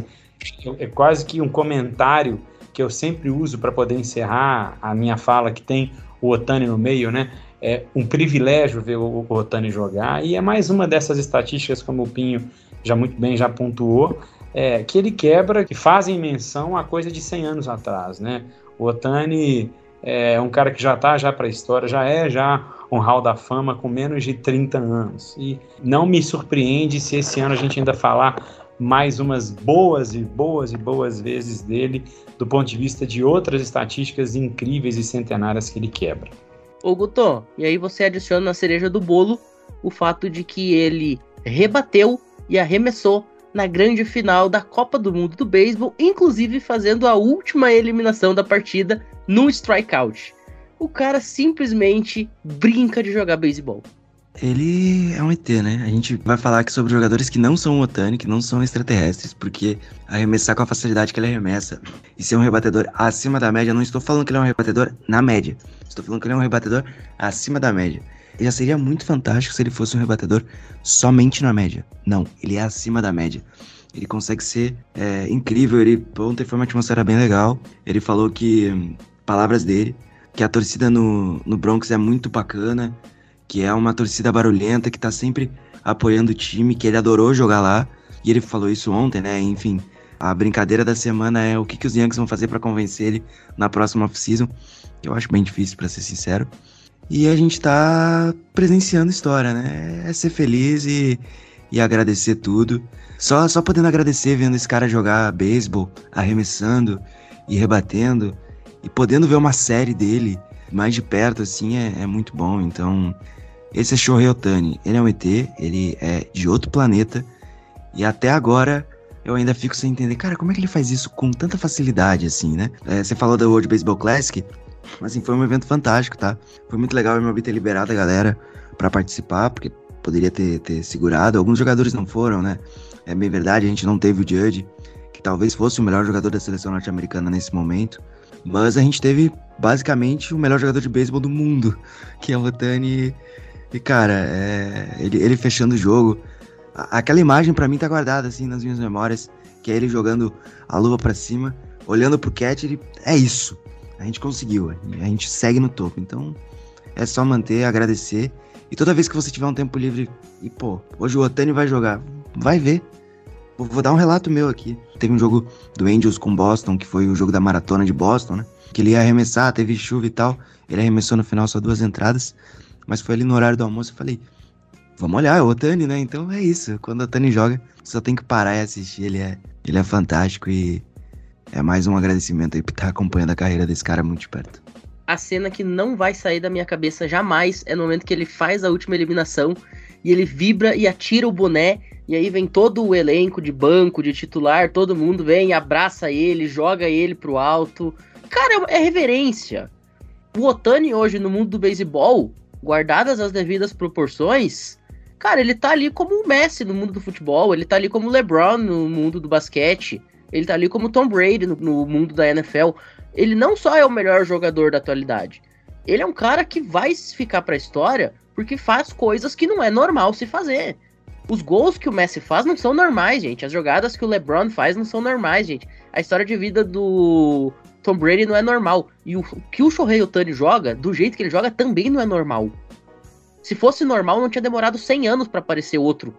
é quase que um comentário que eu sempre uso para poder encerrar a minha fala, que tem o Ohtani no meio, né? É um privilégio ver o Ohtani jogar, e é mais uma dessas estatísticas, como o Pinho já muito bem já pontuou, é, que ele quebra, que fazem menção a coisa de cem anos atrás, né? O Ohtani é um cara que já está já para a história, já é já um Hall da Fama com menos de trinta anos, e não me surpreende se esse ano a gente ainda falar mais umas boas e boas e boas vezes dele, do ponto de vista de outras estatísticas incríveis e centenárias que ele quebra. Ô Guto, e aí você adiciona na cereja do bolo o fato de que ele rebateu e arremessou na grande final da Copa do Mundo do Beisebol, inclusive fazendo a última eliminação da partida no strikeout. O cara simplesmente brinca de jogar beisebol. Ele é um E T, né? A gente vai falar aqui sobre jogadores que não são Ohtani, que não são extraterrestres, porque arremessar com a facilidade que ele arremessa e ser um rebatedor acima da média, não estou falando que ele é um rebatedor na média, estou falando que ele é um rebatedor acima da média. Ele já seria muito fantástico se ele fosse um rebatedor somente na média. Não, ele é acima da média. Ele consegue ser é, incrível, ele ontem foi uma atmosfera bem legal. Ele falou que, palavras dele, que a torcida no, no Bronx é muito bacana, que é uma torcida barulhenta, que tá sempre apoiando o time, que ele adorou jogar lá. E ele falou isso ontem, né? Enfim, a brincadeira da semana é o que, que os Yankees vão fazer pra convencer ele na próxima off-season, que eu acho bem difícil, pra ser sincero. E a gente tá presenciando história, né? É ser feliz e, e agradecer tudo. Só, só podendo agradecer vendo esse cara jogar beisebol, arremessando e rebatendo, e podendo ver uma série dele mais de perto, assim, é, é muito bom. Então, esse é Shohei Ohtani. Ele é um E T, ele é de outro planeta, e até agora eu ainda fico sem entender, cara, como é que ele faz isso com tanta facilidade, assim, né? É, você falou da World Baseball Classic, mas assim, foi um evento fantástico, tá? Foi muito legal o M L B ter liberado a galera pra participar, porque poderia ter, ter segurado. Alguns jogadores não foram, né? É bem verdade, a gente não teve o Judge, que talvez fosse o melhor jogador da seleção norte-americana nesse momento. Mas a gente teve, basicamente, o melhor jogador de beisebol do mundo, que é o Ohtani. E, cara, é... ele, ele fechando o jogo. Aquela imagem, pra mim, tá guardada, assim, nas minhas memórias, que é ele jogando a luva pra cima, olhando pro catcher e é isso. A gente conseguiu, a gente segue no topo. Então, é só manter, agradecer. E toda vez que você tiver um tempo livre, e pô, hoje o Ohtani vai jogar, vai ver. Vou, vou dar um relato meu aqui. Teve um jogo do Angels com Boston, que foi o jogo da maratona de Boston, né? Que ele ia arremessar, teve chuva e tal. Ele arremessou no final só duas entradas, mas foi ali no horário do almoço. Eu falei, vamos olhar, é o Ohtani, né? Então é isso. Quando o Ohtani joga, só tem que parar e assistir. Ele é, ele é fantástico e é mais um agradecimento aí por estar acompanhando a carreira desse cara muito de perto. A cena que não vai sair da minha cabeça jamais é no momento que ele faz a última eliminação e ele vibra e atira o boné, e aí vem todo o elenco de banco, de titular, todo mundo vem, abraça ele, joga ele pro alto. Cara, é reverência. O Ohtani hoje no mundo do beisebol, guardadas as devidas proporções, cara, ele tá ali como o Messi no mundo do futebol, ele tá ali como o LeBron no mundo do basquete, ele tá ali como o Tom Brady no, no mundo da N F L. Ele não só é o melhor jogador da atualidade, ele é um cara que vai ficar pra história porque faz coisas que não é normal se fazer. Os gols que o Messi faz não são normais, gente. As jogadas que o LeBron faz não são normais, gente. A história de vida do Tom Brady não é normal. E o que o Shohei Ohtani joga, do jeito que ele joga, também não é normal. Se fosse normal, não tinha demorado cem anos pra aparecer outro.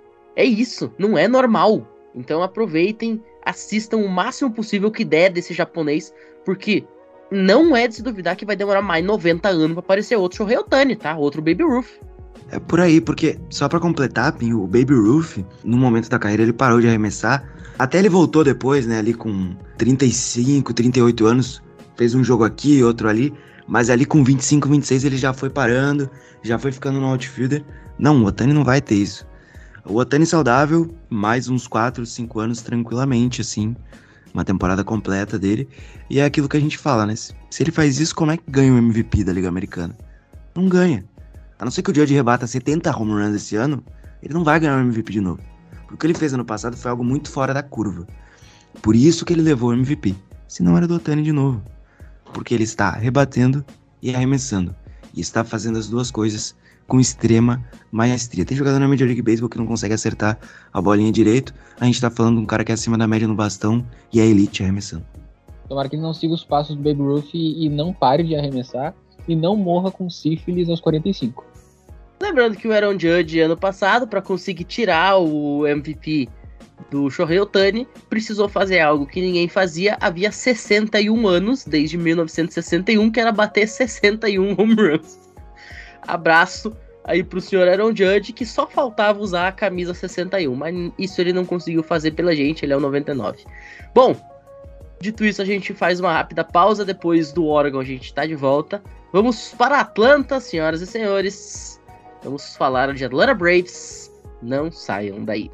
É isso, não é normal. Então aproveitem, assistam o máximo possível que der desse japonês, porque não é de se duvidar que vai demorar mais noventa anos pra aparecer outro Shohei Ohtani, tá? Outro Baby Ruth. É por aí, porque, só pra completar, Pim, o Baby Ruth, no momento da carreira, ele parou de arremessar. Até ele voltou depois, né, ali com trinta e cinco, trinta e oito anos, fez um jogo aqui, outro ali, mas ali com vinte e cinco, vinte e seis ele já foi parando, já foi ficando no outfielder. Não, o Ohtani não vai ter isso. O Ohtani saudável, mais uns quatro, cinco anos tranquilamente, assim, uma temporada completa dele, e é aquilo que a gente fala, né, se ele faz isso, como é que ganha o M V P da Liga Americana? Não ganha. A não ser que o Judge rebata setenta home runs esse ano, ele não vai ganhar o M V P de novo. Porque o que ele fez ano passado foi algo muito fora da curva. Por isso que ele levou o M V P. Se não era do Ohtani de novo. Porque ele está rebatendo e arremessando. E está fazendo as duas coisas com extrema maestria. Tem jogador na Major League Baseball que não consegue acertar a bolinha direito. A gente tá falando de um cara que é acima da média no bastão e é elite arremessando. Tomara que ele não siga os passos do Babe Ruth e, e não pare de arremessar. E não morra com sífilis aos quarenta e cinco. Lembrando que o Aaron Judge, ano passado, para conseguir tirar o M V P do Shohei Ohtani, precisou fazer algo que ninguém fazia havia sessenta e um anos, desde mil novecentos e sessenta e um, que era bater sessenta e um home runs. Abraço aí pro senhor Aaron Judge, que só faltava usar a camisa sessenta e um, mas isso ele não conseguiu fazer pela gente, ele é o noventa e nove. Bom, dito isso, a gente faz uma rápida pausa, depois do Oregon a gente tá de volta. Vamos para Atlanta, senhoras e senhores. Vamos falar de Atlanta Braves. Não saiam daí.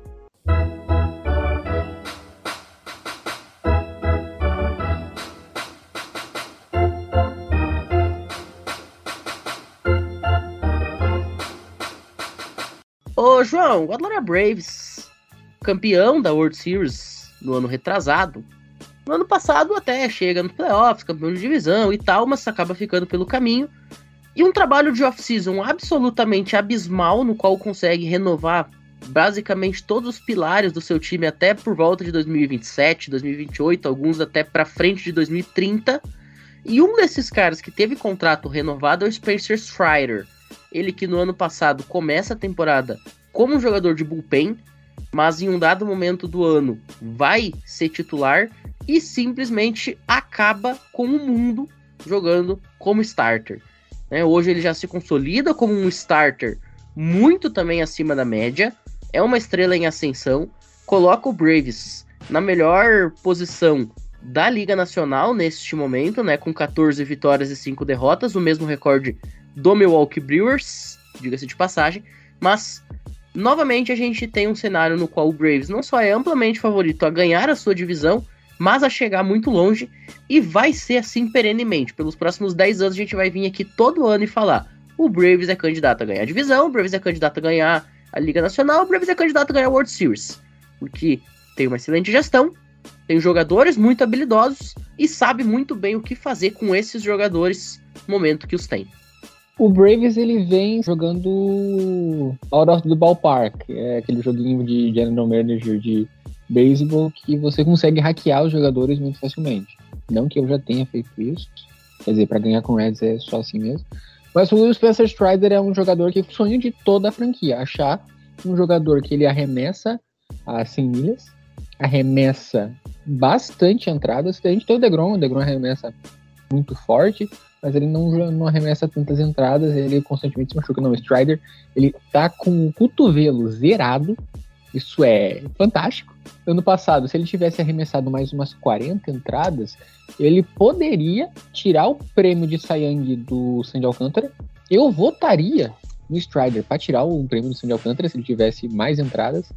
Ô, João, o Atlanta Braves, campeão da World Series no ano retrasado, no ano passado até chega nos playoffs, campeão de divisão e tal, mas acaba ficando pelo caminho. E um trabalho de off-season absolutamente abismal, no qual consegue renovar basicamente todos os pilares do seu time até por volta de dois mil e vinte e sete, dois mil e vinte e oito, alguns até pra frente de dois mil e trinta. E um desses caras que teve contrato renovado é o Spencer Strider. Ele que no ano passado começa a temporada como um jogador de bullpen, mas em um dado momento do ano vai ser titular e simplesmente acaba com o mundo jogando como starter. Né? Hoje ele já se consolida como um starter muito também acima da média, é uma estrela em ascensão, coloca o Braves na melhor posição da Liga Nacional neste momento, né, com catorze vitórias e cinco derrotas, o mesmo recorde do Milwaukee Brewers, diga-se de passagem, mas novamente a gente tem um cenário no qual o Braves não só é amplamente favorito a ganhar a sua divisão, mas a chegar muito longe, e vai ser assim perenemente. Pelos próximos dez anos a gente vai vir aqui todo ano e falar: o Braves é candidato a ganhar a divisão, o Braves é candidato a ganhar a Liga Nacional, o Braves é candidato a ganhar a World Series, porque tem uma excelente gestão, tem jogadores muito habilidosos e sabe muito bem o que fazer com esses jogadores no momento que os tem. O Braves, ele vem jogando out of the ballpark, é aquele joguinho de general manager de beisebol que você consegue hackear os jogadores muito facilmente. Não que eu já tenha feito isso, quer dizer, para ganhar com o Reds é só assim mesmo. Mas o Spencer Strider é um jogador que é o sonho de toda a franquia, achar um jogador que ele arremessa a cem milhas, arremessa bastante entradas. A gente tem o DeGrom, o DeGrom arremessa muito forte, mas ele não, não arremessa tantas entradas, ele constantemente se machuca. Não, o Strider, ele tá com o cotovelo zerado, isso é fantástico. Ano passado, se ele tivesse arremessado mais umas quarenta entradas, ele poderia tirar o prêmio de Cy Young do Sandy Alcântara. Eu votaria no Strider para tirar o prêmio do Sandy Alcântara se ele tivesse mais entradas.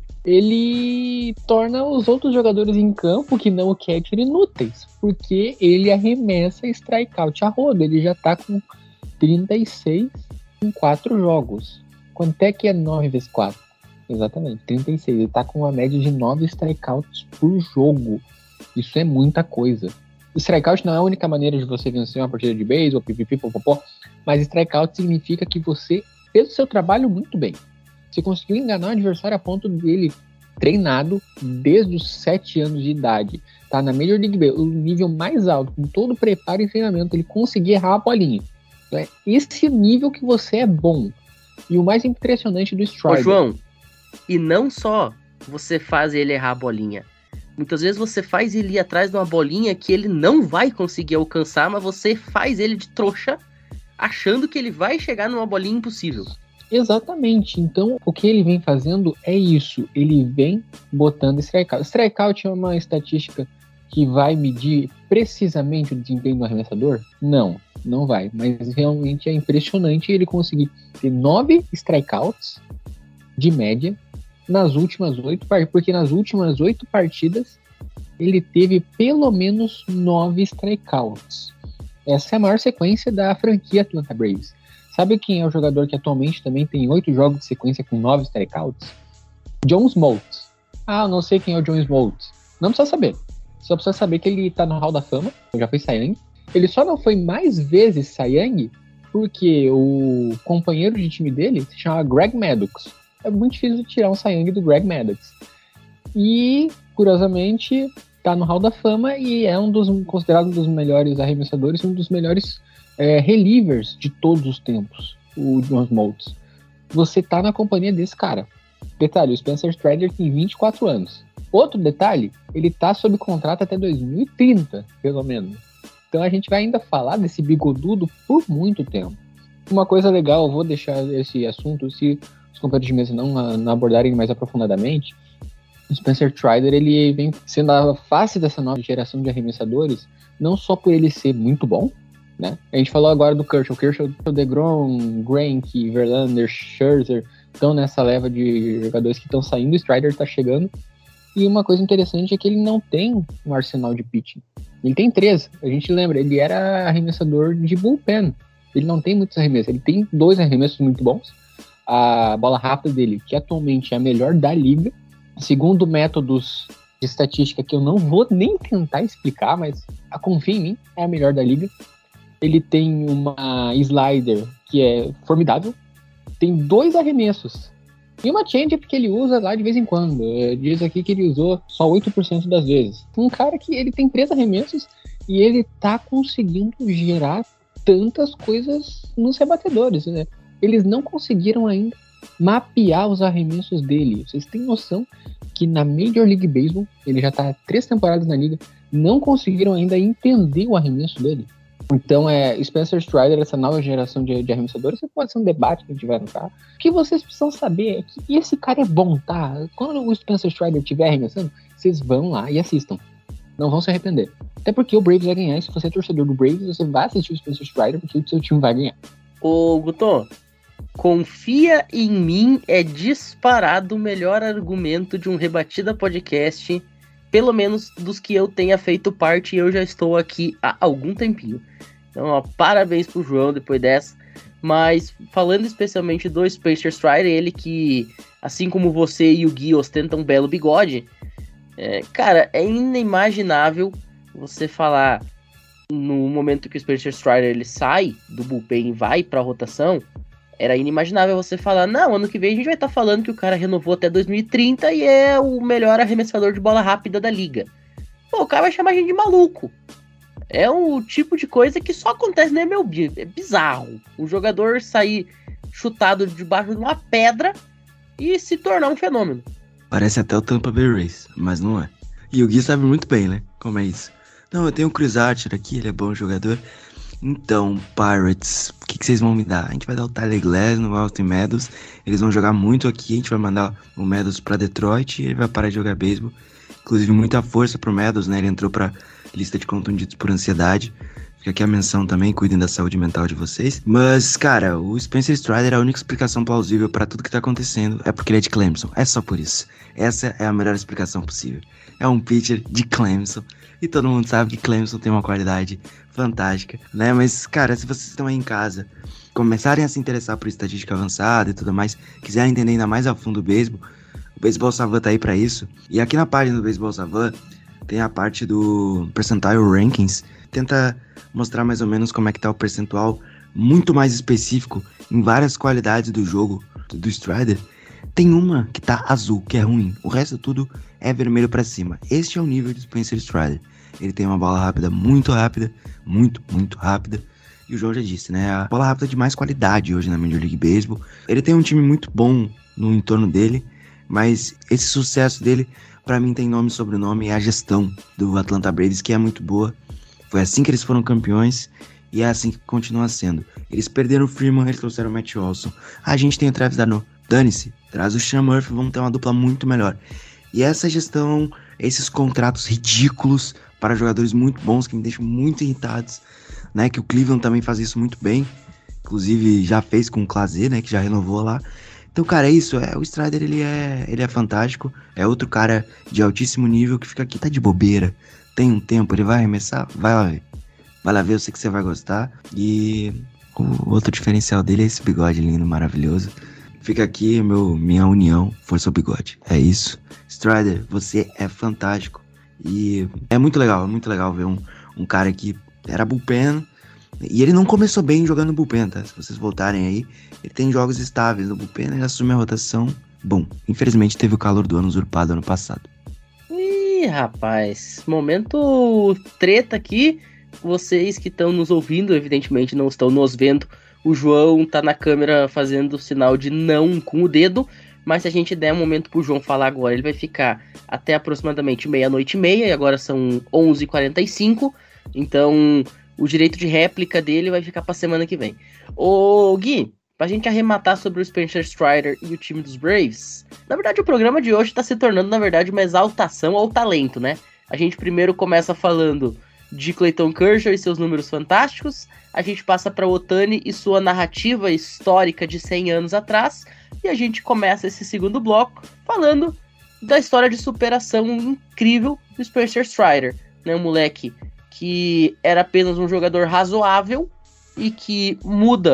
Ele torna os outros jogadores em campo, que não o catcher, inúteis, porque ele arremessa strikeout a rodo. Ele já tá com trinta e seis em quatro jogos. Quanto é que é nove vezes quatro? Exatamente, trinta e seis. Ele tá com uma média de nove strikeouts por jogo. Isso é muita coisa. O strikeout não é a única maneira de você vencer uma partida de beisebol, pipipi, popopó, mas strikeout significa que você fez o seu trabalho muito bem. Você conseguiu enganar o adversário a ponto dele, treinado desde os sete anos de idade, tá na Major League Baseball, o nível mais alto, com todo o preparo e treinamento, ele conseguir errar a bolinha. Então é esse nível que você é bom. E o mais impressionante do Strider... Ô, João, e não só você faz ele errar a bolinha. Muitas vezes você faz ele ir atrás de uma bolinha que ele não vai conseguir alcançar, mas você faz ele de trouxa, achando que ele vai chegar numa bolinha impossível. Exatamente. Então, o que ele vem fazendo é isso. Ele vem botando strikeout. Strikeout é uma estatística que vai medir precisamente o desempenho do arremessador? Não, não vai. Mas realmente é impressionante ele conseguir ter nove strikeouts de média nas últimas oito partidas, porque nas últimas oito partidas ele teve pelo menos nove strikeouts. Essa é a maior sequência da franquia Atlanta Braves. Sabe quem é o jogador que atualmente também tem oito jogos de sequência com nove strikeouts? John Smoltz. Ah, eu não sei quem é o John Smoltz. Não precisa saber. Só precisa saber que ele tá no Hall da Fama, já foi Cy Young. Ele só não foi mais vezes Cy Young porque o companheiro de time dele se chama Greg Maddux. É muito difícil tirar um Cy Young do Greg Maddux. E, curiosamente, tá no Hall da Fama e é um dos considerado um dos melhores arremessadores, um dos melhores é, relievers de todos os tempos, o John Smoltz. Você tá na companhia desse cara. Detalhe, o Spencer Strider tem vinte e quatro anos. Outro detalhe, ele tá sob contrato até dois mil e trinta, pelo menos. Então a gente vai ainda falar desse bigodudo por muito tempo. Uma coisa legal, eu vou deixar esse assunto, se os companheiros de mesa não, não abordarem mais aprofundadamente, o Spencer Strider, ele vem sendo a face dessa nova geração de arremessadores, não só por ele ser muito bom, né? A gente falou agora do Kershaw, Kershaw, DeGrom, Greinke, Verlander, Scherzer, estão nessa leva de jogadores que estão saindo, o Strider está chegando. E uma coisa interessante é que ele não tem um arsenal de pitching. Ele tem três. A gente lembra, ele era arremessador de bullpen. Ele não tem muitos arremessos. Ele tem dois arremessos muito bons, a bola rápida dele, que atualmente é a melhor da liga, segundo métodos de estatística que eu não vou nem tentar explicar, mas a confia em mim, é a melhor da liga. Ele tem uma slider que é formidável, tem dois arremessos e uma change-up que ele usa lá de vez em quando. Diz aqui que ele usou só oito por cento das vezes. Um cara que ele tem três arremessos e ele tá conseguindo gerar tantas coisas nos rebatedores, né? Eles não conseguiram ainda mapear os arremessos dele. Vocês têm noção que na Major League Baseball, ele já tá há três temporadas na liga, não conseguiram ainda entender o arremesso dele. Então, é, Spencer Strider, essa nova geração de, de arremessadores, isso pode ser um debate que a gente vai entrar. O que vocês precisam saber é que esse cara é bom, tá? Quando o Spencer Strider estiver arremessando, vocês vão lá e assistam. Não vão se arrepender. Até porque o Braves vai ganhar. E se você é torcedor do Braves, você vai assistir o Spencer Strider porque o seu time vai ganhar. Ô, Guto, confia em mim é disparado o melhor argumento de um Rebatida Podcast, pelo menos dos que eu tenha feito parte, e eu já estou aqui há algum tempinho. Então, ó, parabéns pro João depois dessa. Mas, falando especialmente do Spencer Strider, ele que, assim como você e o Gui, ostenta um belo bigode, é, cara, é inimaginável você falar no momento que o Spencer Strider ele sai do bullpen e vai pra rotação, era inimaginável você falar, não, ano que vem a gente vai estar tá falando que o cara renovou até dois mil e trinta e é o melhor arremessador de bola rápida da liga. Pô, o cara vai chamar a gente de maluco. É um tipo de coisa que só acontece na M L B, é bizarro. O jogador sair chutado debaixo de uma pedra e se tornar um fenômeno. Parece até o Tampa Bay Rays, mas não é. E o Gui sabe muito bem, né, como é isso. Não, eu tenho o Chris Archer aqui, ele é bom jogador. Então, Pirates, o que, que vocês vão me dar? A gente vai dar o Tyler Glass no Austin Meadows. Eles vão jogar muito aqui, a gente vai mandar o Meadows pra Detroit e ele vai parar de jogar beisebol. Inclusive, muita força pro Meadows, né? Ele entrou pra lista de contundidos por ansiedade. Fica aqui a menção também, cuidem da saúde mental de vocês. Mas, cara, o Spencer Strider, a única explicação plausível pra tudo que tá acontecendo é porque ele é de Clemson. É só por isso. Essa é a melhor explicação possível. É um pitcher de Clemson. E todo mundo sabe que Clemson tem uma qualidade fantástica, né? Mas, cara, se vocês estão aí em casa, começarem a se interessar por estatística avançada e tudo mais, quiserem entender ainda mais a fundo o beisebol, o Baseball Savant tá aí pra isso. E aqui na página do Baseball Savant tem a parte do Percentile Rankings, tenta mostrar mais ou menos como é que tá o percentual muito mais específico em várias qualidades do jogo do Strider. Tem uma que tá azul, que é ruim. O resto tudo é vermelho pra cima. Este é o nível de Spencer Strider. Ele tem uma bola rápida muito rápida, muito, muito rápida. E o João já disse, né? A bola rápida de mais qualidade hoje na Major League Baseball. Ele tem um time muito bom no entorno dele, mas esse sucesso dele, pra mim, tem nome e sobrenome. É a gestão do Atlanta Braves, que é muito boa. Foi assim que eles foram campeões e é assim que continua sendo. Eles perderam o Freeman, eles trouxeram o Matt Olson. A gente tem o Travis d'Arnaud. Dane-se, traz o Sean Murphy, vamos ter uma dupla muito melhor. E essa gestão, esses contratos ridículos para jogadores muito bons, que me deixam muito irritados, né, que o Cleveland também faz isso muito bem, inclusive já fez com o Clazé, né, que já renovou lá. Então, cara, é isso, é, o Strider, ele é, ele é fantástico, é outro cara de altíssimo nível que fica aqui, tá de bobeira, tem um tempo, ele vai arremessar, vai lá ver, vai lá ver, eu sei que você vai gostar. E o outro diferencial dele é esse bigode lindo, maravilhoso. Fica aqui meu, minha união, força ao bigode, é isso. Strider, você é fantástico. E é muito legal, é muito legal ver um, um cara que era bullpen. E ele não começou bem jogando bullpen, tá? Se vocês voltarem aí, ele tem jogos estáveis no bullpen, ele assume a rotação. Bom, infelizmente teve o calor do ano usurpado ano passado. Ih, rapaz, momento treta aqui. Vocês que estão nos ouvindo, evidentemente não estão nos vendo. O João tá na câmera fazendo sinal de não com o dedo. Mas se a gente der um momento pro João falar agora, ele vai ficar até aproximadamente meia-noite e meia, e agora são onze e quarenta e cinco, então o direito de réplica dele vai ficar pra semana que vem. Ô Gui, pra gente arrematar sobre o Spencer Strider e o time dos Braves, na verdade o programa de hoje tá se tornando, na verdade, uma exaltação ao talento, né? A gente primeiro começa falando de Clayton Kershaw e seus números fantásticos, a gente passa para Ohtani e sua narrativa histórica de cem anos atrás, e a gente começa esse segundo bloco falando da história de superação incrível do Spencer Strider, né? Um moleque que era apenas um jogador razoável e que muda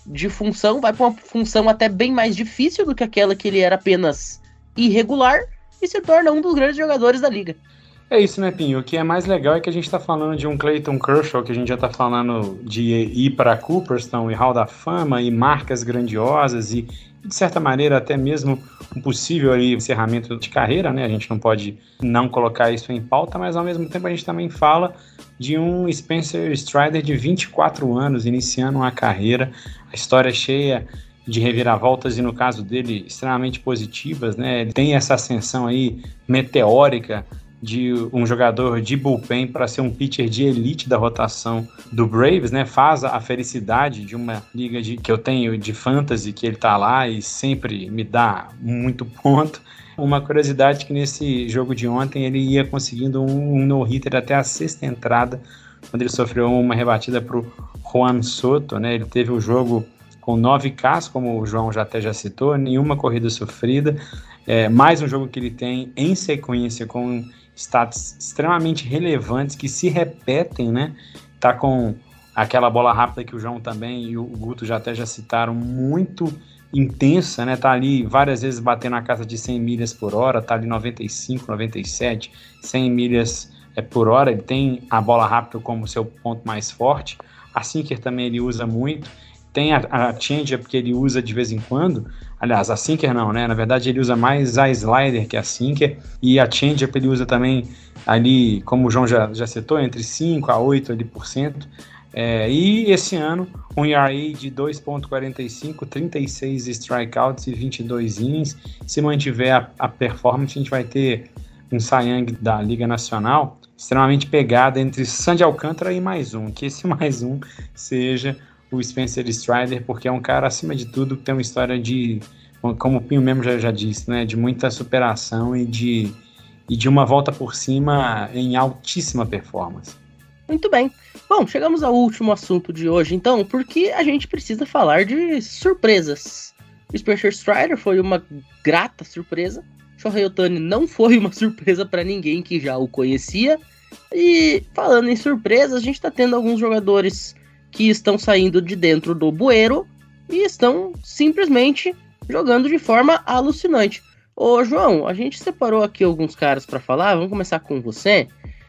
de função, vai para uma função até bem mais difícil do que aquela que ele era apenas irregular e se torna um dos grandes jogadores da liga. É isso, né, Pinho? O que é mais legal é que a gente tá falando de um Clayton Kershaw, que a gente já tá falando de ir para Cooperstown e Hall da Fama e marcas grandiosas e, de certa maneira, até mesmo um possível ali, encerramento de carreira, né? A gente não pode não colocar isso em pauta, mas ao mesmo tempo a gente também fala de um Spencer Strider de vinte e quatro anos, iniciando uma carreira, a história é cheia de reviravoltas e, no caso dele, extremamente positivas, né? Ele tem essa ascensão aí meteórica de um jogador de bullpen para ser um pitcher de elite da rotação do Braves, né? Faz a felicidade de uma liga de, que eu tenho de fantasy, que ele tá lá e sempre me dá muito ponto. Uma curiosidade que nesse jogo de ontem ele ia conseguindo um, um no-hitter até a sexta entrada, quando ele sofreu uma rebatida para o Juan Soto, né? Ele teve o jogo com nove Ks, como o João já até já citou, nenhuma corrida sofrida, é, mais um jogo que ele tem em sequência com status extremamente relevantes que se repetem, né? Tá com aquela bola rápida que o João também e o Guto já até já citaram, muito intensa, né? Tá ali várias vezes batendo na casa de cem milhas por hora, tá ali noventa e cinco, noventa e sete, cem milhas é, por hora. Ele tem a bola rápida como seu ponto mais forte. A sinker também ele usa muito. Tem a, a changeup que ele usa de vez em quando. Aliás, a sinker não, né? Na verdade, ele usa mais a slider que a sinker. E a changeup ele usa também ali, como o João já, já citou, entre cinco a oito ali por cento. É, e esse ano, um E R A de dois ponto quarenta e cinco, trinta e seis strikeouts e vinte e dois innings. Se mantiver a, a performance, a gente vai ter um Cy Young da Liga Nacional extremamente pegada entre Sandy Alcântara e mais um. Que esse mais um seja o Spencer Strider, porque é um cara, acima de tudo, que tem uma história de, como o Pinho mesmo já, já disse, né, de muita superação e de, e de uma volta por cima em altíssima performance. Muito bem. Bom, chegamos ao último assunto de hoje, então, porque a gente precisa falar de surpresas. O Spencer Strider foi uma grata surpresa. Shohei Ohtani não foi uma surpresa para ninguém que já o conhecia. E falando em surpresas, a gente está tendo alguns jogadores que estão saindo de dentro do bueiro e estão simplesmente jogando de forma alucinante. Ô, João, a gente separou aqui alguns caras para falar. Vamos começar com você.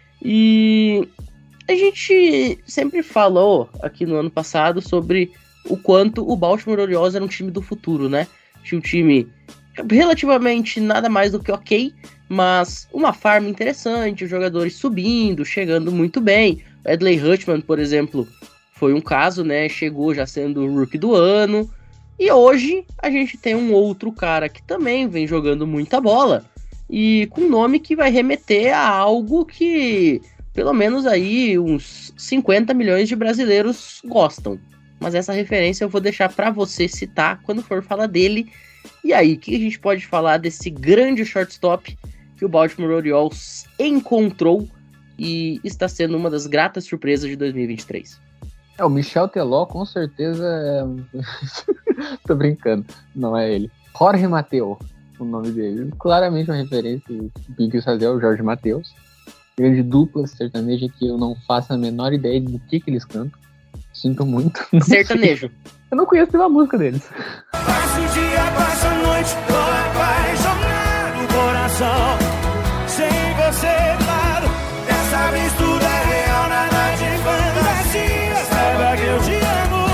E a gente sempre falou aqui no ano passado sobre o quanto o Baltimore Orioles era um time do futuro, né? Tinha um time relativamente nada mais do que ok, mas uma farm interessante, os jogadores subindo, chegando muito bem. O Adley Rutschman, por exemplo, foi um caso, né? Chegou já sendo o rookie do ano. E hoje a gente tem um outro cara que também vem jogando muita bola e com um nome que vai remeter a algo que pelo menos aí uns cinquenta milhões de brasileiros gostam. Mas essa referência eu vou deixar para você citar quando for falar dele. E aí, o que a gente pode falar desse grande shortstop que o Baltimore Orioles encontrou e está sendo uma das gratas surpresas de dois mil e vinte e três? É, o Michel Teló, com certeza é... Tô brincando, não é ele. Jorge Mateus, o nome dele. Claramente uma referência que quis fazer o Jorge Mateus. Grande dupla sertaneja que eu não faço a menor ideia do que, que eles cantam. Sinto muito. Sertanejo. Eu não conheço nenhuma música deles. Passa o dia, passa a noite, tô apaixonado no coração. Sem você, claro, dessa vez tudo é real, nada de fantasia. Saiba que eu te amo.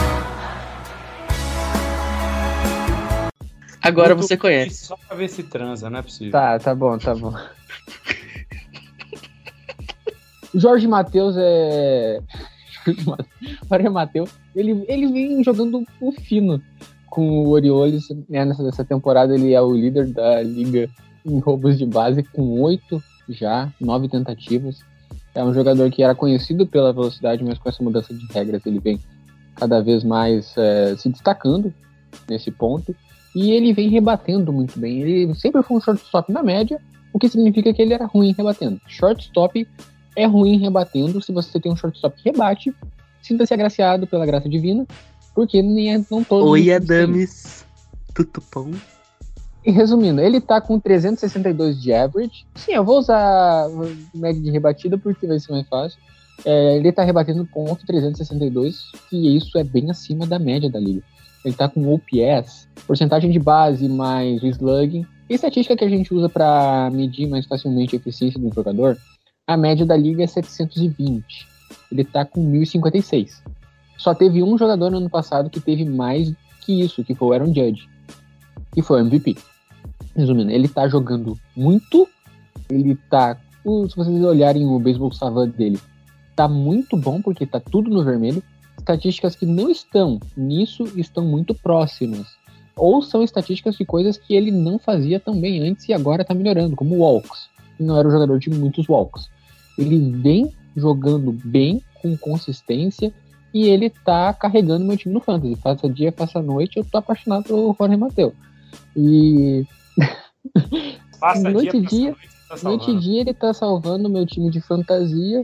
Agora Muito você conhece. Só pra ver se transa, não é possível. Tá, tá bom, tá bom. Jorge Mateus é... Jorge Mateus, ele, ele vem jogando o fino com o Orioles, né? Nessa, nessa temporada ele é o líder da liga em roubos de base, com oito já, nove tentativas. É um jogador que era conhecido pela velocidade, mas com essa mudança de regras ele vem cada vez mais é, se destacando nesse ponto. E ele vem rebatendo muito bem. Ele sempre foi um shortstop na média, o que significa que ele era ruim rebatendo. Shortstop é ruim rebatendo. Se você tem um shortstop que rebate, sinta-se agraciado pela graça divina, porque nem é, não todos... Oi, Adames. Tudo bom? E resumindo, ele tá com trezentos e sessenta e dois de average. Sim, eu vou usar média de rebatida porque vai ser mais fácil. É, ele tá rebatendo ponto trezentos e sessenta e dois, e isso é bem acima da média da liga. Ele tá com O P S, porcentagem de base mais o slugging. E estatística que a gente usa para medir mais facilmente a eficiência do jogador, a média da liga é setecentos e vinte. Ele tá com mil e cinquenta e seis. Só teve um jogador no ano passado que teve mais que isso, que foi o Aaron Judge, que foi o M V P. Resumindo, ele tá jogando muito, ele tá, se vocês olharem o Baseball Savant dele, tá muito bom, porque tá tudo no vermelho. Estatísticas que não estão nisso estão muito próximas. Ou são estatísticas de coisas que ele não fazia tão bem antes e agora tá melhorando, como walks. Ele não era um jogador de muitos walks. Ele vem jogando bem, com consistência, e ele tá carregando meu time no fantasy. Faça dia, faça noite, eu tô apaixonado pelo Jorge Mateu. E... Faça noite dia, dia, tá noite e dia ele tá salvando meu time de fantasia.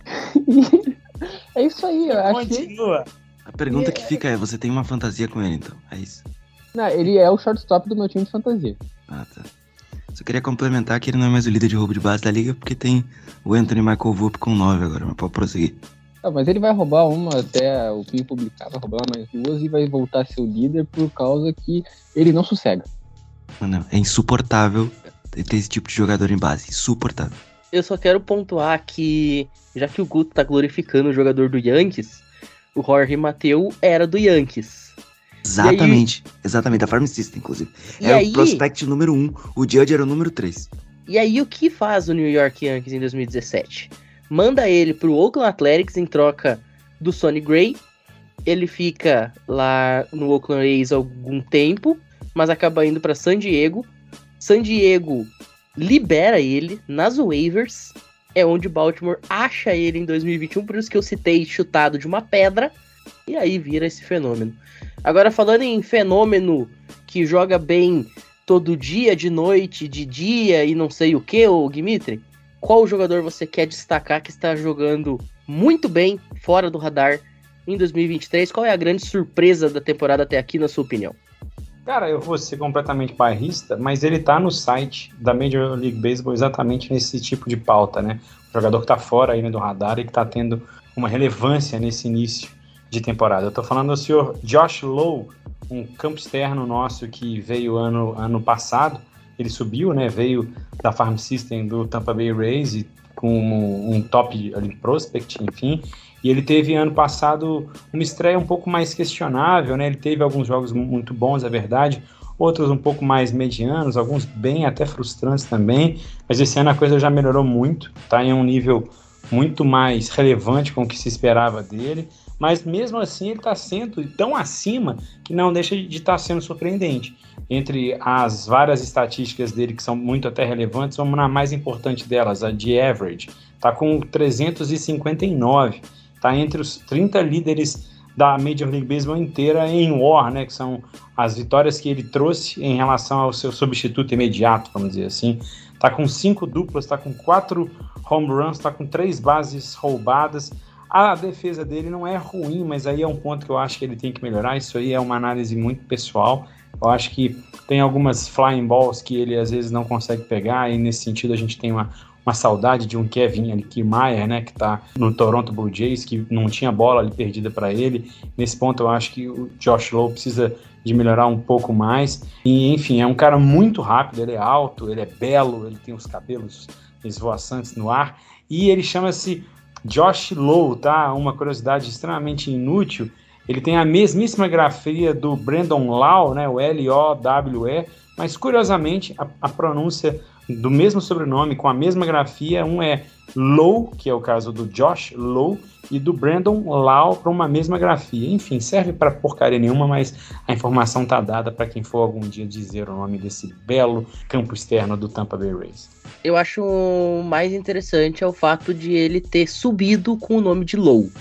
É isso aí, eu acho que... Continua. A pergunta que fica é, você tem uma fantasia com ele, então? É isso? Não, ele é o shortstop do meu time de fantasia. Ah, tá. Só queria complementar que ele não é mais o líder de roubo de base da liga, porque tem o Anthony Michael Vup com nove agora, mas pode prosseguir. Ah, mas ele vai roubar uma até o Pim publicar, vai roubar mais duas e vai voltar a ser o líder por causa que ele não sossega. Não, é insuportável ter esse tipo de jogador em base, insuportável. Eu só quero pontuar que, já que o Guto tá glorificando o jogador do Yankees, o Jorge Mateu era do Yankees. Exatamente, aí... exatamente, da Farm System, inclusive. E era aí... o prospect número um, o Judge era o número três. E aí o que faz o New York Yankees em dois mil e dezessete? Manda ele pro Oakland Athletics em troca do Sonny Gray. Ele fica lá no Oakland A's algum tempo, mas acaba indo para San Diego. San Diego libera ele nas waivers, é onde Baltimore acha ele em dois mil e vinte e um, por isso que eu citei chutado de uma pedra, e aí vira esse fenômeno. Agora, falando em fenômeno que joga bem todo dia, de noite, de dia e não sei o que, ô Dimitri, qual jogador você quer destacar que está jogando muito bem, fora do radar, em dois mil e vinte e três? Qual é a grande surpresa da temporada até aqui, na sua opinião? Cara, eu vou ser completamente bairrista, mas ele tá no site da Major League Baseball exatamente nesse tipo de pauta, né? O jogador que tá fora aí, né, do radar e que tá tendo uma relevância nesse início de temporada. Eu tô falando do senhor Josh Lowe, um campo externo nosso que veio ano, ano passado. Ele subiu, né? Veio da Farm System do Tampa Bay Rays e com um, um top ali, prospect, enfim. E ele teve ano passado uma estreia um pouco mais questionável, né? Ele teve alguns jogos muito bons, é verdade, outros um pouco mais medianos, alguns bem até frustrantes também, mas esse ano a coisa já melhorou muito, tá em um nível muito mais relevante com o que se esperava dele, mas mesmo assim ele está sendo tão acima que não deixa de estar sendo surpreendente. Entre as várias estatísticas dele que são muito até relevantes, vamos na mais importante delas, a de average, está com trezentos e cinquenta e nove, está entre os trinta líderes da Major League Baseball inteira em W A R, né, que são as vitórias que ele trouxe em relação ao seu substituto imediato, vamos dizer assim. Está com cinco duplas, está com quatro home runs, está com três bases roubadas. A defesa dele não é ruim, mas aí é um ponto que eu acho que ele tem que melhorar. Isso aí é uma análise muito pessoal. Eu acho que tem algumas flying balls que ele às vezes não consegue pegar, e nesse sentido a gente tem uma, uma saudade de um Kevin ali, Kiermaier, né, que está no Toronto Blue Jays, que não tinha bola ali perdida para ele. Nesse ponto eu acho que o Josh Lowe precisa de melhorar um pouco mais. E enfim, é um cara muito rápido, ele é alto, ele é belo, ele tem os cabelos esvoaçantes no ar, e ele chama-se Josh Lowe, tá? Uma curiosidade extremamente inútil. Ele tem a mesmíssima grafia do Brandon Lowe, né? O L O W E, mas curiosamente a, a pronúncia do mesmo sobrenome com a mesma grafia, um é Lowe, que é o caso do Josh Lowe, e do Brandon Lowe para uma mesma grafia. Enfim, serve para porcaria nenhuma, mas a informação tá dada para quem for algum dia dizer o nome desse belo campo externo do Tampa Bay Rays. Eu acho mais interessante é o fato de ele ter subido com o nome de Lowe.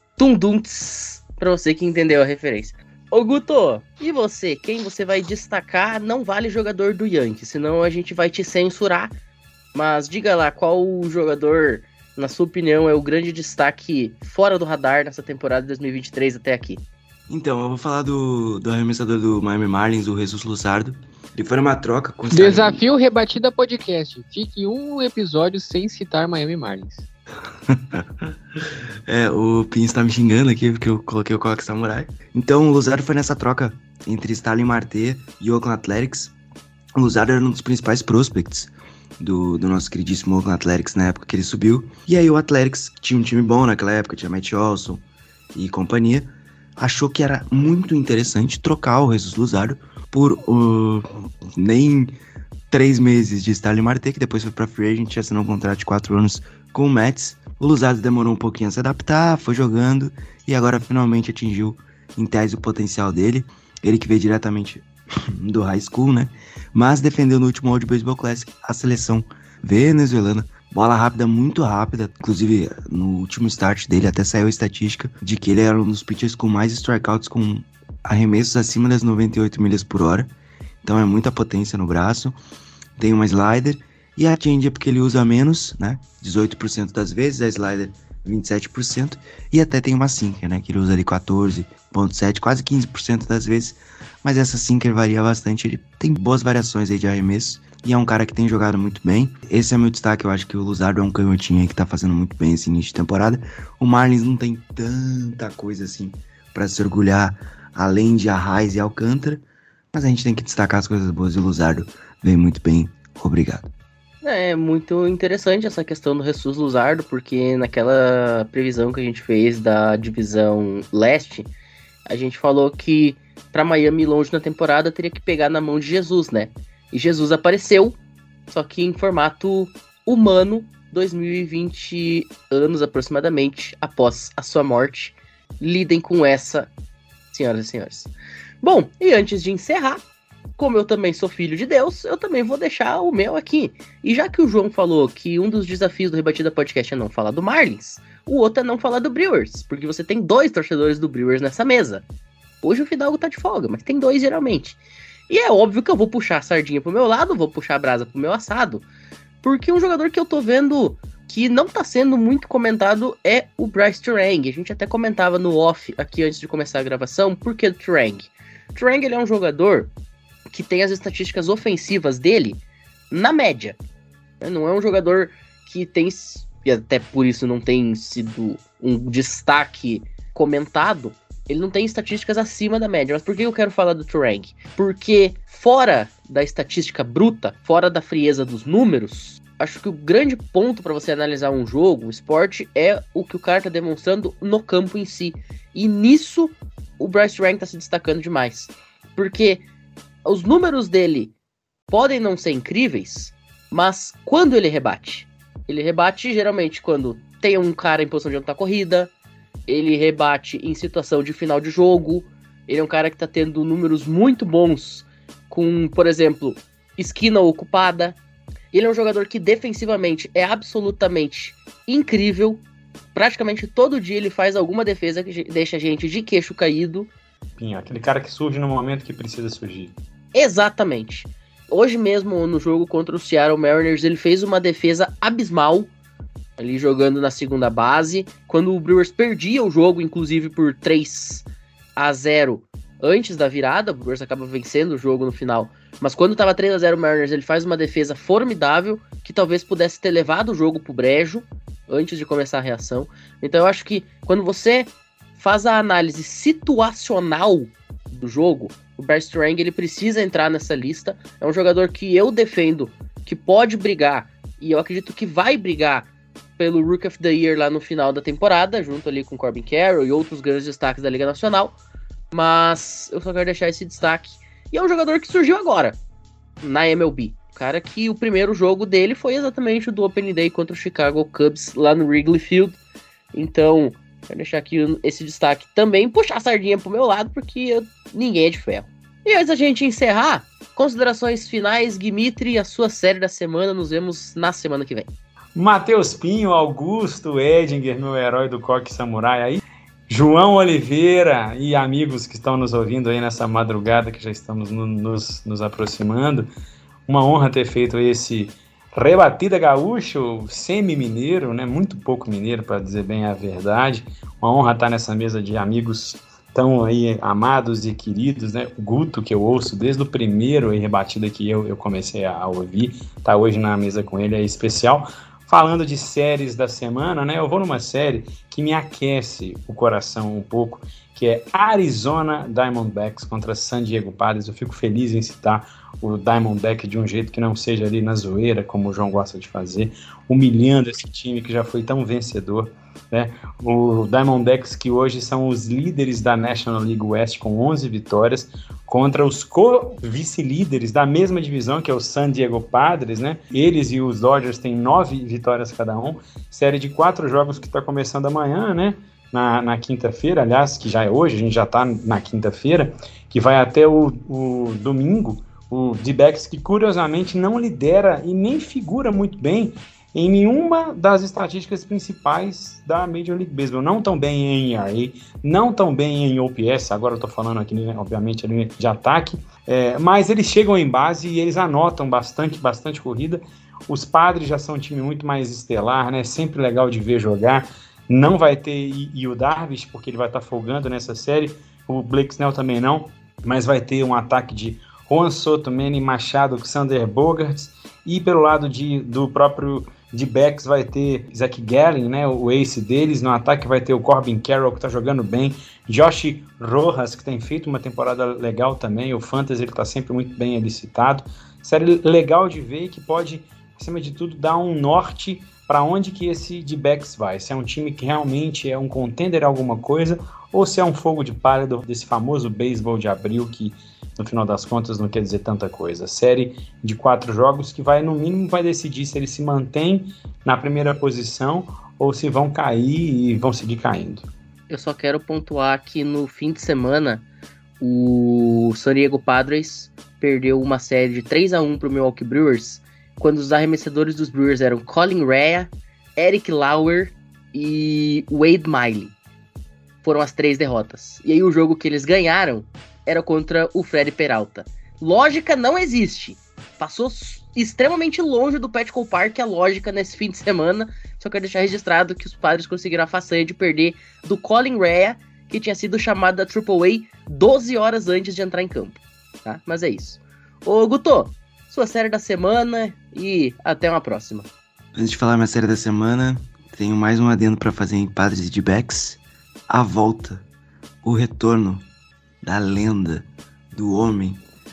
Tundunts, pra você que entendeu a referência. Ô Guto, e você? Quem você vai destacar? Não vale jogador do Yankees, senão a gente vai te censurar. Mas diga lá, qual o jogador, na sua opinião, é o grande destaque fora do radar nessa temporada de dois mil e vinte e três até aqui? Então, eu vou falar do, do arremessador do Miami Marlins, o Jesus Luzardo. Ele foi numa troca com o Desafio Rebatida Podcast. Fique um episódio sem citar Miami Marlins. É, o Pinho tá me xingando aqui porque eu coloquei o Coque Samurai. Então o Luzardo foi nessa troca entre Stalin Marte e o Oakland Athletics. O Luzardo era um dos principais prospects do, do nosso queridíssimo Oakland Athletics na época que ele subiu. E aí o Athletics, que tinha um time bom naquela época, tinha Matt Olson e companhia, achou que era muito interessante trocar o Jesus Luzardo por uh, nem três meses de Stalin Marte, que depois foi pra Free Agent, assinou um contrato de quatro anos com o Mets. O Luzardo demorou um pouquinho a se adaptar, foi jogando e agora finalmente atingiu em tese o potencial dele. Ele que veio diretamente do high school, né? Mas defendeu no último World Baseball Classic a seleção venezuelana. Bola rápida, muito rápida. Inclusive, no último start dele até saiu a estatística de que ele era um dos pitchers com mais strikeouts, com arremessos acima das noventa e oito milhas por hora. Então é muita potência no braço. Tem uma slider e a changeup que ele usa menos, né? dezoito por cento das vezes, a slider vinte e sete por cento. E até tem uma sinker, né? Que ele usa ali quatorze vírgula sete, quase quinze por cento das vezes. Mas essa sinker varia bastante. Ele tem boas variações aí de arremesso. E é um cara que tem jogado muito bem. Esse é meu destaque. Eu acho que o Luzardo é um canhotinho aí que tá fazendo muito bem esse início de temporada. O Marlins não tem tanta coisa assim pra se orgulhar, além de Arraez e Alcântara. Mas a gente tem que destacar as coisas boas. E o Luzardo vem muito bem. Obrigado. É muito interessante essa questão do Jesus Luzardo, porque naquela previsão que a gente fez da divisão leste, a gente falou que para Miami longe na temporada teria que pegar na mão de Jesus, né? E Jesus apareceu, só que em formato humano, dois mil e vinte anos aproximadamente após a sua morte. Lidem com essa, senhoras e senhores. Bom, e antes de encerrar, como eu também sou filho de Deus, eu também vou deixar o meu aqui. E já que o João falou que um dos desafios do Rebatida Podcast é não falar do Marlins, o outro é não falar do Brewers, porque você tem dois torcedores do Brewers nessa mesa. Hoje o Fidalgo tá de folga, mas tem dois geralmente. E é óbvio que eu vou puxar a sardinha pro meu lado, vou puxar a brasa pro meu assado, porque um jogador que eu tô vendo que não tá sendo muito comentado é o Bryce Turang. A gente até comentava no off aqui antes de começar a gravação, por que do Turang? Turang, ele é um jogador que tem as estatísticas ofensivas dele na média. Não é um jogador que tem, e até por isso não tem sido um destaque comentado, ele não tem estatísticas acima da média. Mas por que eu quero falar do Turang? Porque fora da estatística bruta, fora da frieza dos números, acho que o grande ponto para você analisar um jogo, um esporte, é o que o cara tá demonstrando no campo em si. E nisso o Bryce Turang tá se destacando demais. Porque os números dele podem não ser incríveis, mas quando ele rebate? Ele rebate geralmente quando tem um cara em posição de anotar corrida, ele rebate em situação de final de jogo, ele é um cara que tá tendo números muito bons com, por exemplo, esquina ocupada. Ele é um jogador que defensivamente é absolutamente incrível. Praticamente todo dia ele faz alguma defesa que deixa a gente de queixo caído. Pinho, aquele cara que surge no momento que precisa surgir. Exatamente. Hoje mesmo, no jogo contra o Seattle Mariners, ele fez uma defesa abismal, ali jogando na segunda base, quando o Brewers perdia o jogo, inclusive por três a zero antes da virada. O Brewers acaba vencendo o jogo no final, mas quando estava três a zero o Mariners, ele faz uma defesa formidável, que talvez pudesse ter levado o jogo pro brejo, antes de começar a reação. Então eu acho que quando você faz a análise situacional do jogo, o Bryce Turang, ele precisa entrar nessa lista. É um jogador que eu defendo, que pode brigar, e eu acredito que vai brigar pelo Rookie of the Year lá no final da temporada, junto ali com Corbin Carroll e outros grandes destaques da Liga Nacional. Mas eu só quero deixar esse destaque. E é um jogador que surgiu agora, na M L B. Cara que o primeiro jogo dele foi exatamente o do Opening Day contra o Chicago Cubs, lá no Wrigley Field. Então, quero deixar aqui esse destaque também, puxar a sardinha pro meu lado, porque eu, ninguém é de ferro. E antes da gente encerrar, considerações finais, Dimitri, a sua série da semana. Nos vemos na semana que vem. Matheus Pinho, Augusto Edinger, meu herói do Coque Samurai aí. João Oliveira e amigos que estão nos ouvindo aí nessa madrugada, que já estamos no, nos, nos aproximando. Uma honra ter feito esse Rebatida Gaúcho, semi-mineiro, né? Muito pouco mineiro, para dizer bem a verdade. Uma honra estar nessa mesa de amigos tão aí amados e queridos, né? O Guto, que eu ouço desde o primeiro aí, Rebatida que eu, eu comecei a, a ouvir, tá hoje na mesa com ele, é especial. falando de séries da semana, né? Eu vou numa série que me aquece o coração um pouco, que é Arizona Diamondbacks contra San Diego Padres. Eu fico feliz em citar o Diamondback de um jeito que não seja ali na zoeira, como o João gosta de fazer, humilhando esse time que já foi tão vencedor, né? O Diamondbacks, que hoje são os líderes da National League West com onze vitórias, contra os co-vice-líderes da mesma divisão, que é o San Diego Padres, né? Eles e os Dodgers têm nove vitórias cada um, série de quatro jogos que está começando amanhã, né? Na, na quinta-feira, aliás, que já é hoje, a gente já está na quinta-feira, que vai até o, o domingo, o D-backs, que curiosamente não lidera e nem figura muito bem em nenhuma das estatísticas principais da Major League Baseball. Não tão bem em E R A, não tão bem em O P S, agora eu estou falando aqui, né, obviamente, ali de ataque, é, mas eles chegam em base e eles anotam bastante, bastante corrida. Os Padres já são um time muito mais estelar, né, sempre legal de ver jogar. Não vai ter e o Darvish, porque ele vai estar folgando nessa série, o Blake Snell também não, mas vai ter um ataque de Juan Soto, Manny Machado, Xander Bogaerts, e pelo lado de, do próprio D-backs vai ter Zach Gallen, né, o ace deles. No ataque vai ter o Corbin Carroll, que está jogando bem, Josh Rojas, que tem feito uma temporada legal também, o Fantasy ele está sempre muito bem elicitado. Série legal de ver, que pode, acima de tudo, dar um norte para onde que esse D-backs vai, se é um time que realmente é um contender alguma coisa, ou se é um fogo de palha desse famoso beisebol de abril que, no final das contas, não quer dizer tanta coisa. Série de quatro jogos que vai, no mínimo, vai decidir se eles se mantêm na primeira posição ou se vão cair e vão seguir caindo. Eu só quero pontuar que no fim de semana o San Diego Padres perdeu uma série de três a um para o Milwaukee Brewers, quando os arremessadores dos Brewers eram Colin Rea, Eric Lauer e Wade Miley. Foram as três derrotas. E aí o jogo que eles ganharam era contra o Freddy Peralta. Lógica não existe. Passou extremamente longe do Petco Park a lógica nesse fim de semana. Só quero deixar registrado que os Padres conseguiram a façanha de perder do Colin Rea, que tinha sido chamado da Triple A doze horas antes de entrar em campo. Tá? Mas é isso. Ô, Guto, sua série da semana e até uma próxima. Antes de falar minha série da semana, tenho mais um adendo para fazer em Padres e D-backs. A volta, o retorno da lenda, do homem,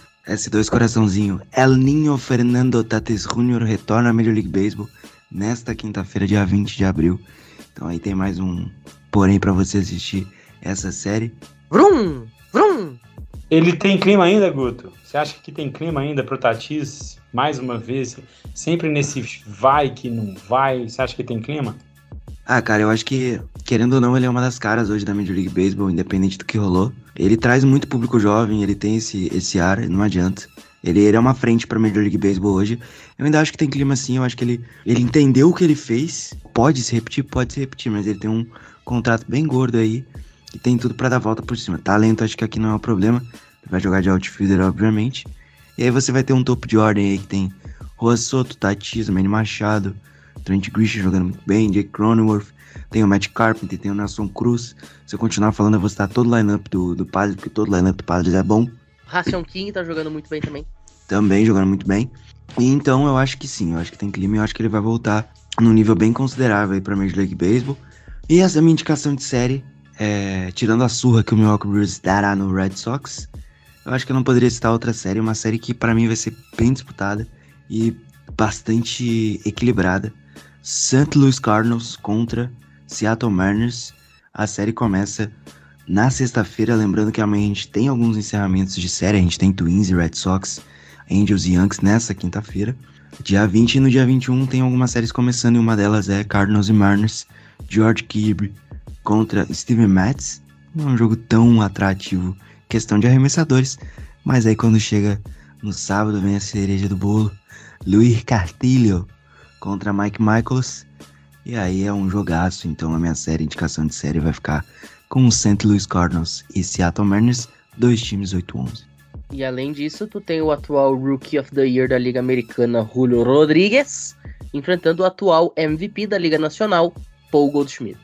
S dois coraçãozinho, El Niño Fernando Tatis Júnior retorna à Major League Baseball nesta quinta-feira, dia vinte de abril. Então aí tem mais um porém para você assistir essa série. Vrum, vrum. Ele tem clima ainda, Guto? Você acha que tem clima ainda pro Tatis, mais uma vez, sempre nesse vai que não vai? Você acha que tem clima? Ah, cara, eu acho que, querendo ou não, ele é uma das caras hoje da Major League Baseball, independente do que rolou. Ele traz muito público jovem, ele tem esse, esse ar, não adianta. Ele, ele é uma frente pra Major League Baseball hoje. Eu ainda acho que tem clima sim, eu acho que ele, ele entendeu o que ele fez. Pode se repetir, pode se repetir, mas ele tem um contrato bem gordo aí e tem tudo pra dar a volta por cima. Talento, acho que aqui não é um problema. Ele vai jogar de outfielder, obviamente. E aí você vai ter um topo de ordem aí que tem Juan Soto, Tatis, Manny Machado, Trent Grisham jogando muito bem, Jake Cronenworth, tem o Matt Carpenter, tem o Nelson Cruz. Se eu continuar falando, eu vou citar todo o lineup do, do Padres, porque todo o lineup do Padres é bom. Ration King tá jogando muito bem também. Também jogando muito bem. E então eu acho que sim, eu acho que tem clima e eu acho que ele vai voltar num nível bem considerável aí pra Major League Baseball. E essa minha indicação de série, é, tirando a surra que o Milwaukee Brewers dará no Red Sox, eu acho que eu não poderia citar outra série, uma série que pra mim vai ser bem disputada e bastante equilibrada. Saint Louis Cardinals contra Seattle Mariners. A série começa na sexta-feira, lembrando que amanhã a gente tem alguns encerramentos de série, a gente tem Twins e Red Sox, Angels e Yankees nessa quinta-feira. Dia vinte e no dia vinte e um tem algumas séries começando e uma delas é Cardinals e Mariners, George Kirby contra Steven Matz. Não é um jogo tão atrativo, questão de arremessadores, mas aí quando chega no sábado vem a cereja do bolo, Luis Castillo contra Mike Michaels, e aí é um jogaço. Então a minha série, indicação de série, vai ficar com o Saint Louis Cardinals e Seattle Mariners, dois times oito a onze. E além disso, tu tem o atual Rookie of the Year da Liga Americana, Julio Rodrigues, enfrentando o atual M V P da Liga Nacional, Paul Goldschmidt.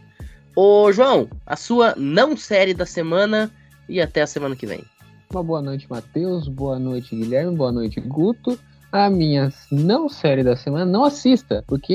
Ô João, a sua não série da semana e até a semana que vem. Uma boa noite, Matheus. Boa noite, Guilherme. Boa noite, Guto. a minha não série da semana, não assista, porque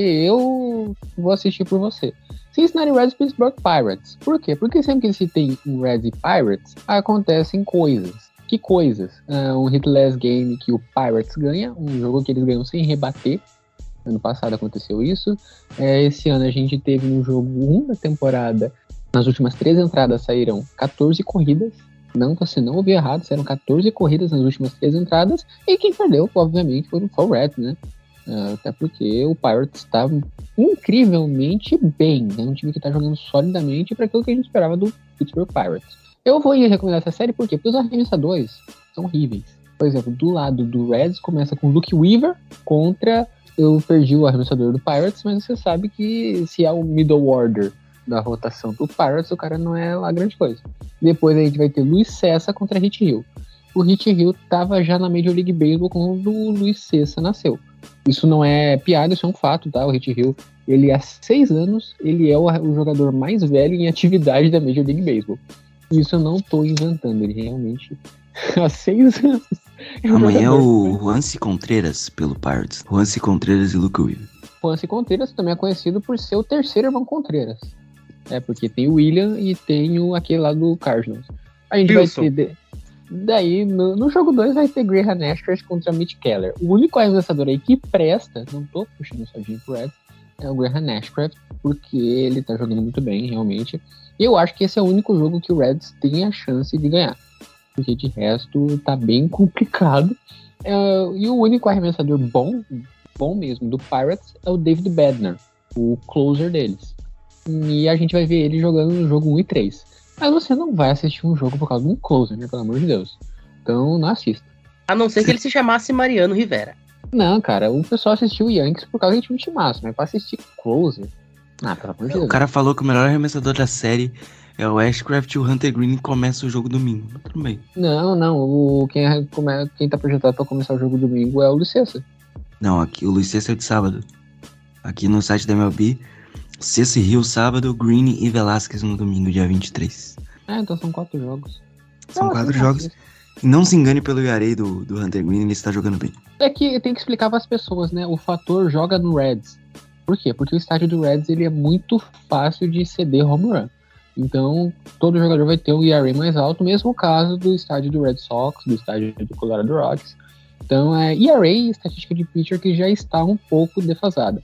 eu vou assistir por você. Cincinnati Reds e Pittsburgh Pirates. Por quê? Porque sempre que se tem um Reds e Pirates, acontecem coisas. Que coisas? Uh, um hitless game que o Pirates ganha, um jogo que eles ganham sem rebater. Ano passado aconteceu isso. É, esse ano a gente teve no jogo um da temporada, nas últimas três entradas saíram catorze corridas. Não, você não ouviu errado, saíram catorze corridas nas últimas três entradas. E quem perdeu, obviamente, foi o Reds, né? Uh, até porque o Pirates está incrivelmente bem. É um time que está jogando solidamente para aquilo que a gente esperava do Pittsburgh Pirates. Eu vou recomendar essa série por quê? Porque os arremessadores são horríveis. Por exemplo, do lado do Reds começa com Luke Weaver contra... Eu perdi o arremessador do Pirates, mas você sabe que se é o middle order da rotação do Pirates, o cara não é lá grande coisa. Depois a gente vai ter Luis Cessa contra Hit Hill. O Hit Hill estava já na Major League Baseball quando o Luis Cessa nasceu. Isso não é piada, isso é um fato, tá? O Hit Hill, ele há seis anos, ele é o, o jogador mais velho em atividade da Major League Baseball. Isso eu não tô inventando, ele realmente há seis anos. É um Amanhã jogador... o Juancy Contreras pelo Pirates. Juancy Contreras e Luke Weaver. Juancy Contreras também é conhecido por ser o terceiro irmão Contreras. É, porque tem o William e tem o aquele lá do Cardinals. A gente Wilson. vai ter... Daí, no, no jogo dois vai ter Graham Nashcraft contra Mitch Keller. O único arremessador aí que presta, não tô puxando o sardinha pro Reds, é o Graham Nashcraft, porque ele tá jogando muito bem, realmente. E eu acho que esse é o único jogo que o Reds tem a chance de ganhar. Porque de resto tá bem complicado. É, e o único arremessador bom, bom mesmo, do Pirates é o David Bednar, o closer deles. E a gente vai ver ele jogando no jogo um e três. Mas você não vai assistir um jogo por causa de um closer, né? Pelo amor de Deus. Então não assista. A não ser que ele se chamasse Mariano Rivera. Não, cara, o pessoal assistiu o Yankees por causa de um timaço, mas pra assistir closer... Ah, pelo amor de Deus. O cara falou que o melhor arremessador da série é o Ashcraft e o Hunter Green começa o jogo domingo. Tudo bem. Não, não. O, quem, é, quem tá projetado pra começar o jogo domingo é o Luis Cessa. Não, aqui o Luis Cessa é de sábado. Aqui no site da M L B, Cessa e Hill sábado, Green e Velasquez no domingo, dia vinte e três. Ah, então são quatro jogos. São não, quatro assim, jogos. E não se engane pelo I R A do, do Hunter Green, ele está jogando bem. É que tem que explicar para as pessoas, né? O fator joga no Reds. Por quê? Porque o estádio do Reds ele é muito fácil de ceder home run. Então, todo jogador vai ter um I R A mais alto, mesmo caso do estádio do Red Sox, do estádio do Colorado Rockies. Então, é I R A, estatística de pitcher, que já está um pouco defasada.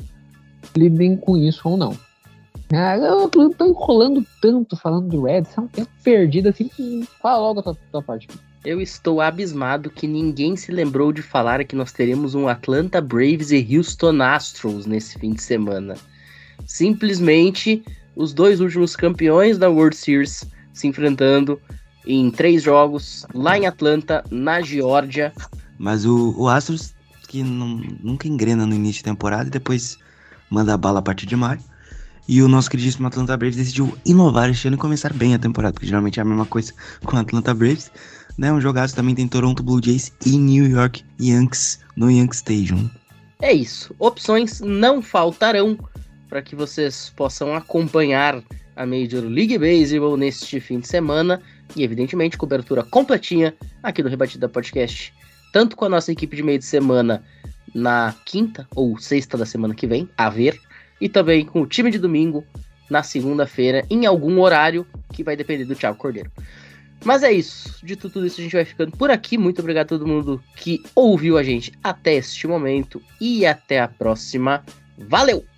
Lidem com isso ou não. Ah, eu tô, tô enrolando tanto falando do Reds, é um tempo perdido assim. Fala logo a tua, tua parte. Eu estou abismado que ninguém se lembrou de falar que nós teremos um Atlanta Braves e Houston Astros nesse fim de semana. Simplesmente os dois últimos campeões da World Series se enfrentando em três jogos lá em Atlanta, na Geórgia. Mas o, o Astros, que não, nunca engrena no início de temporada e depois manda a bala a partir de maio. E o nosso queridíssimo Atlanta Braves decidiu inovar este ano e começar bem a temporada, porque geralmente é a mesma coisa com o Atlanta Braves. Né, um jogaço também tem Toronto Blue Jays e New York Yankees no Yankee Stadium. É isso, opções não faltarão para que vocês possam acompanhar a Major League Baseball neste fim de semana e evidentemente cobertura completinha aqui do Rebatida Podcast, tanto com a nossa equipe de meio de semana na quinta ou sexta da semana que vem, a ver, e também com o time de domingo na segunda-feira em algum horário que vai depender do Thiago Cordeiro. Mas é isso, de tudo isso a gente vai ficando por aqui. Muito obrigado a todo mundo que ouviu a gente até este momento e até a próxima. Valeu!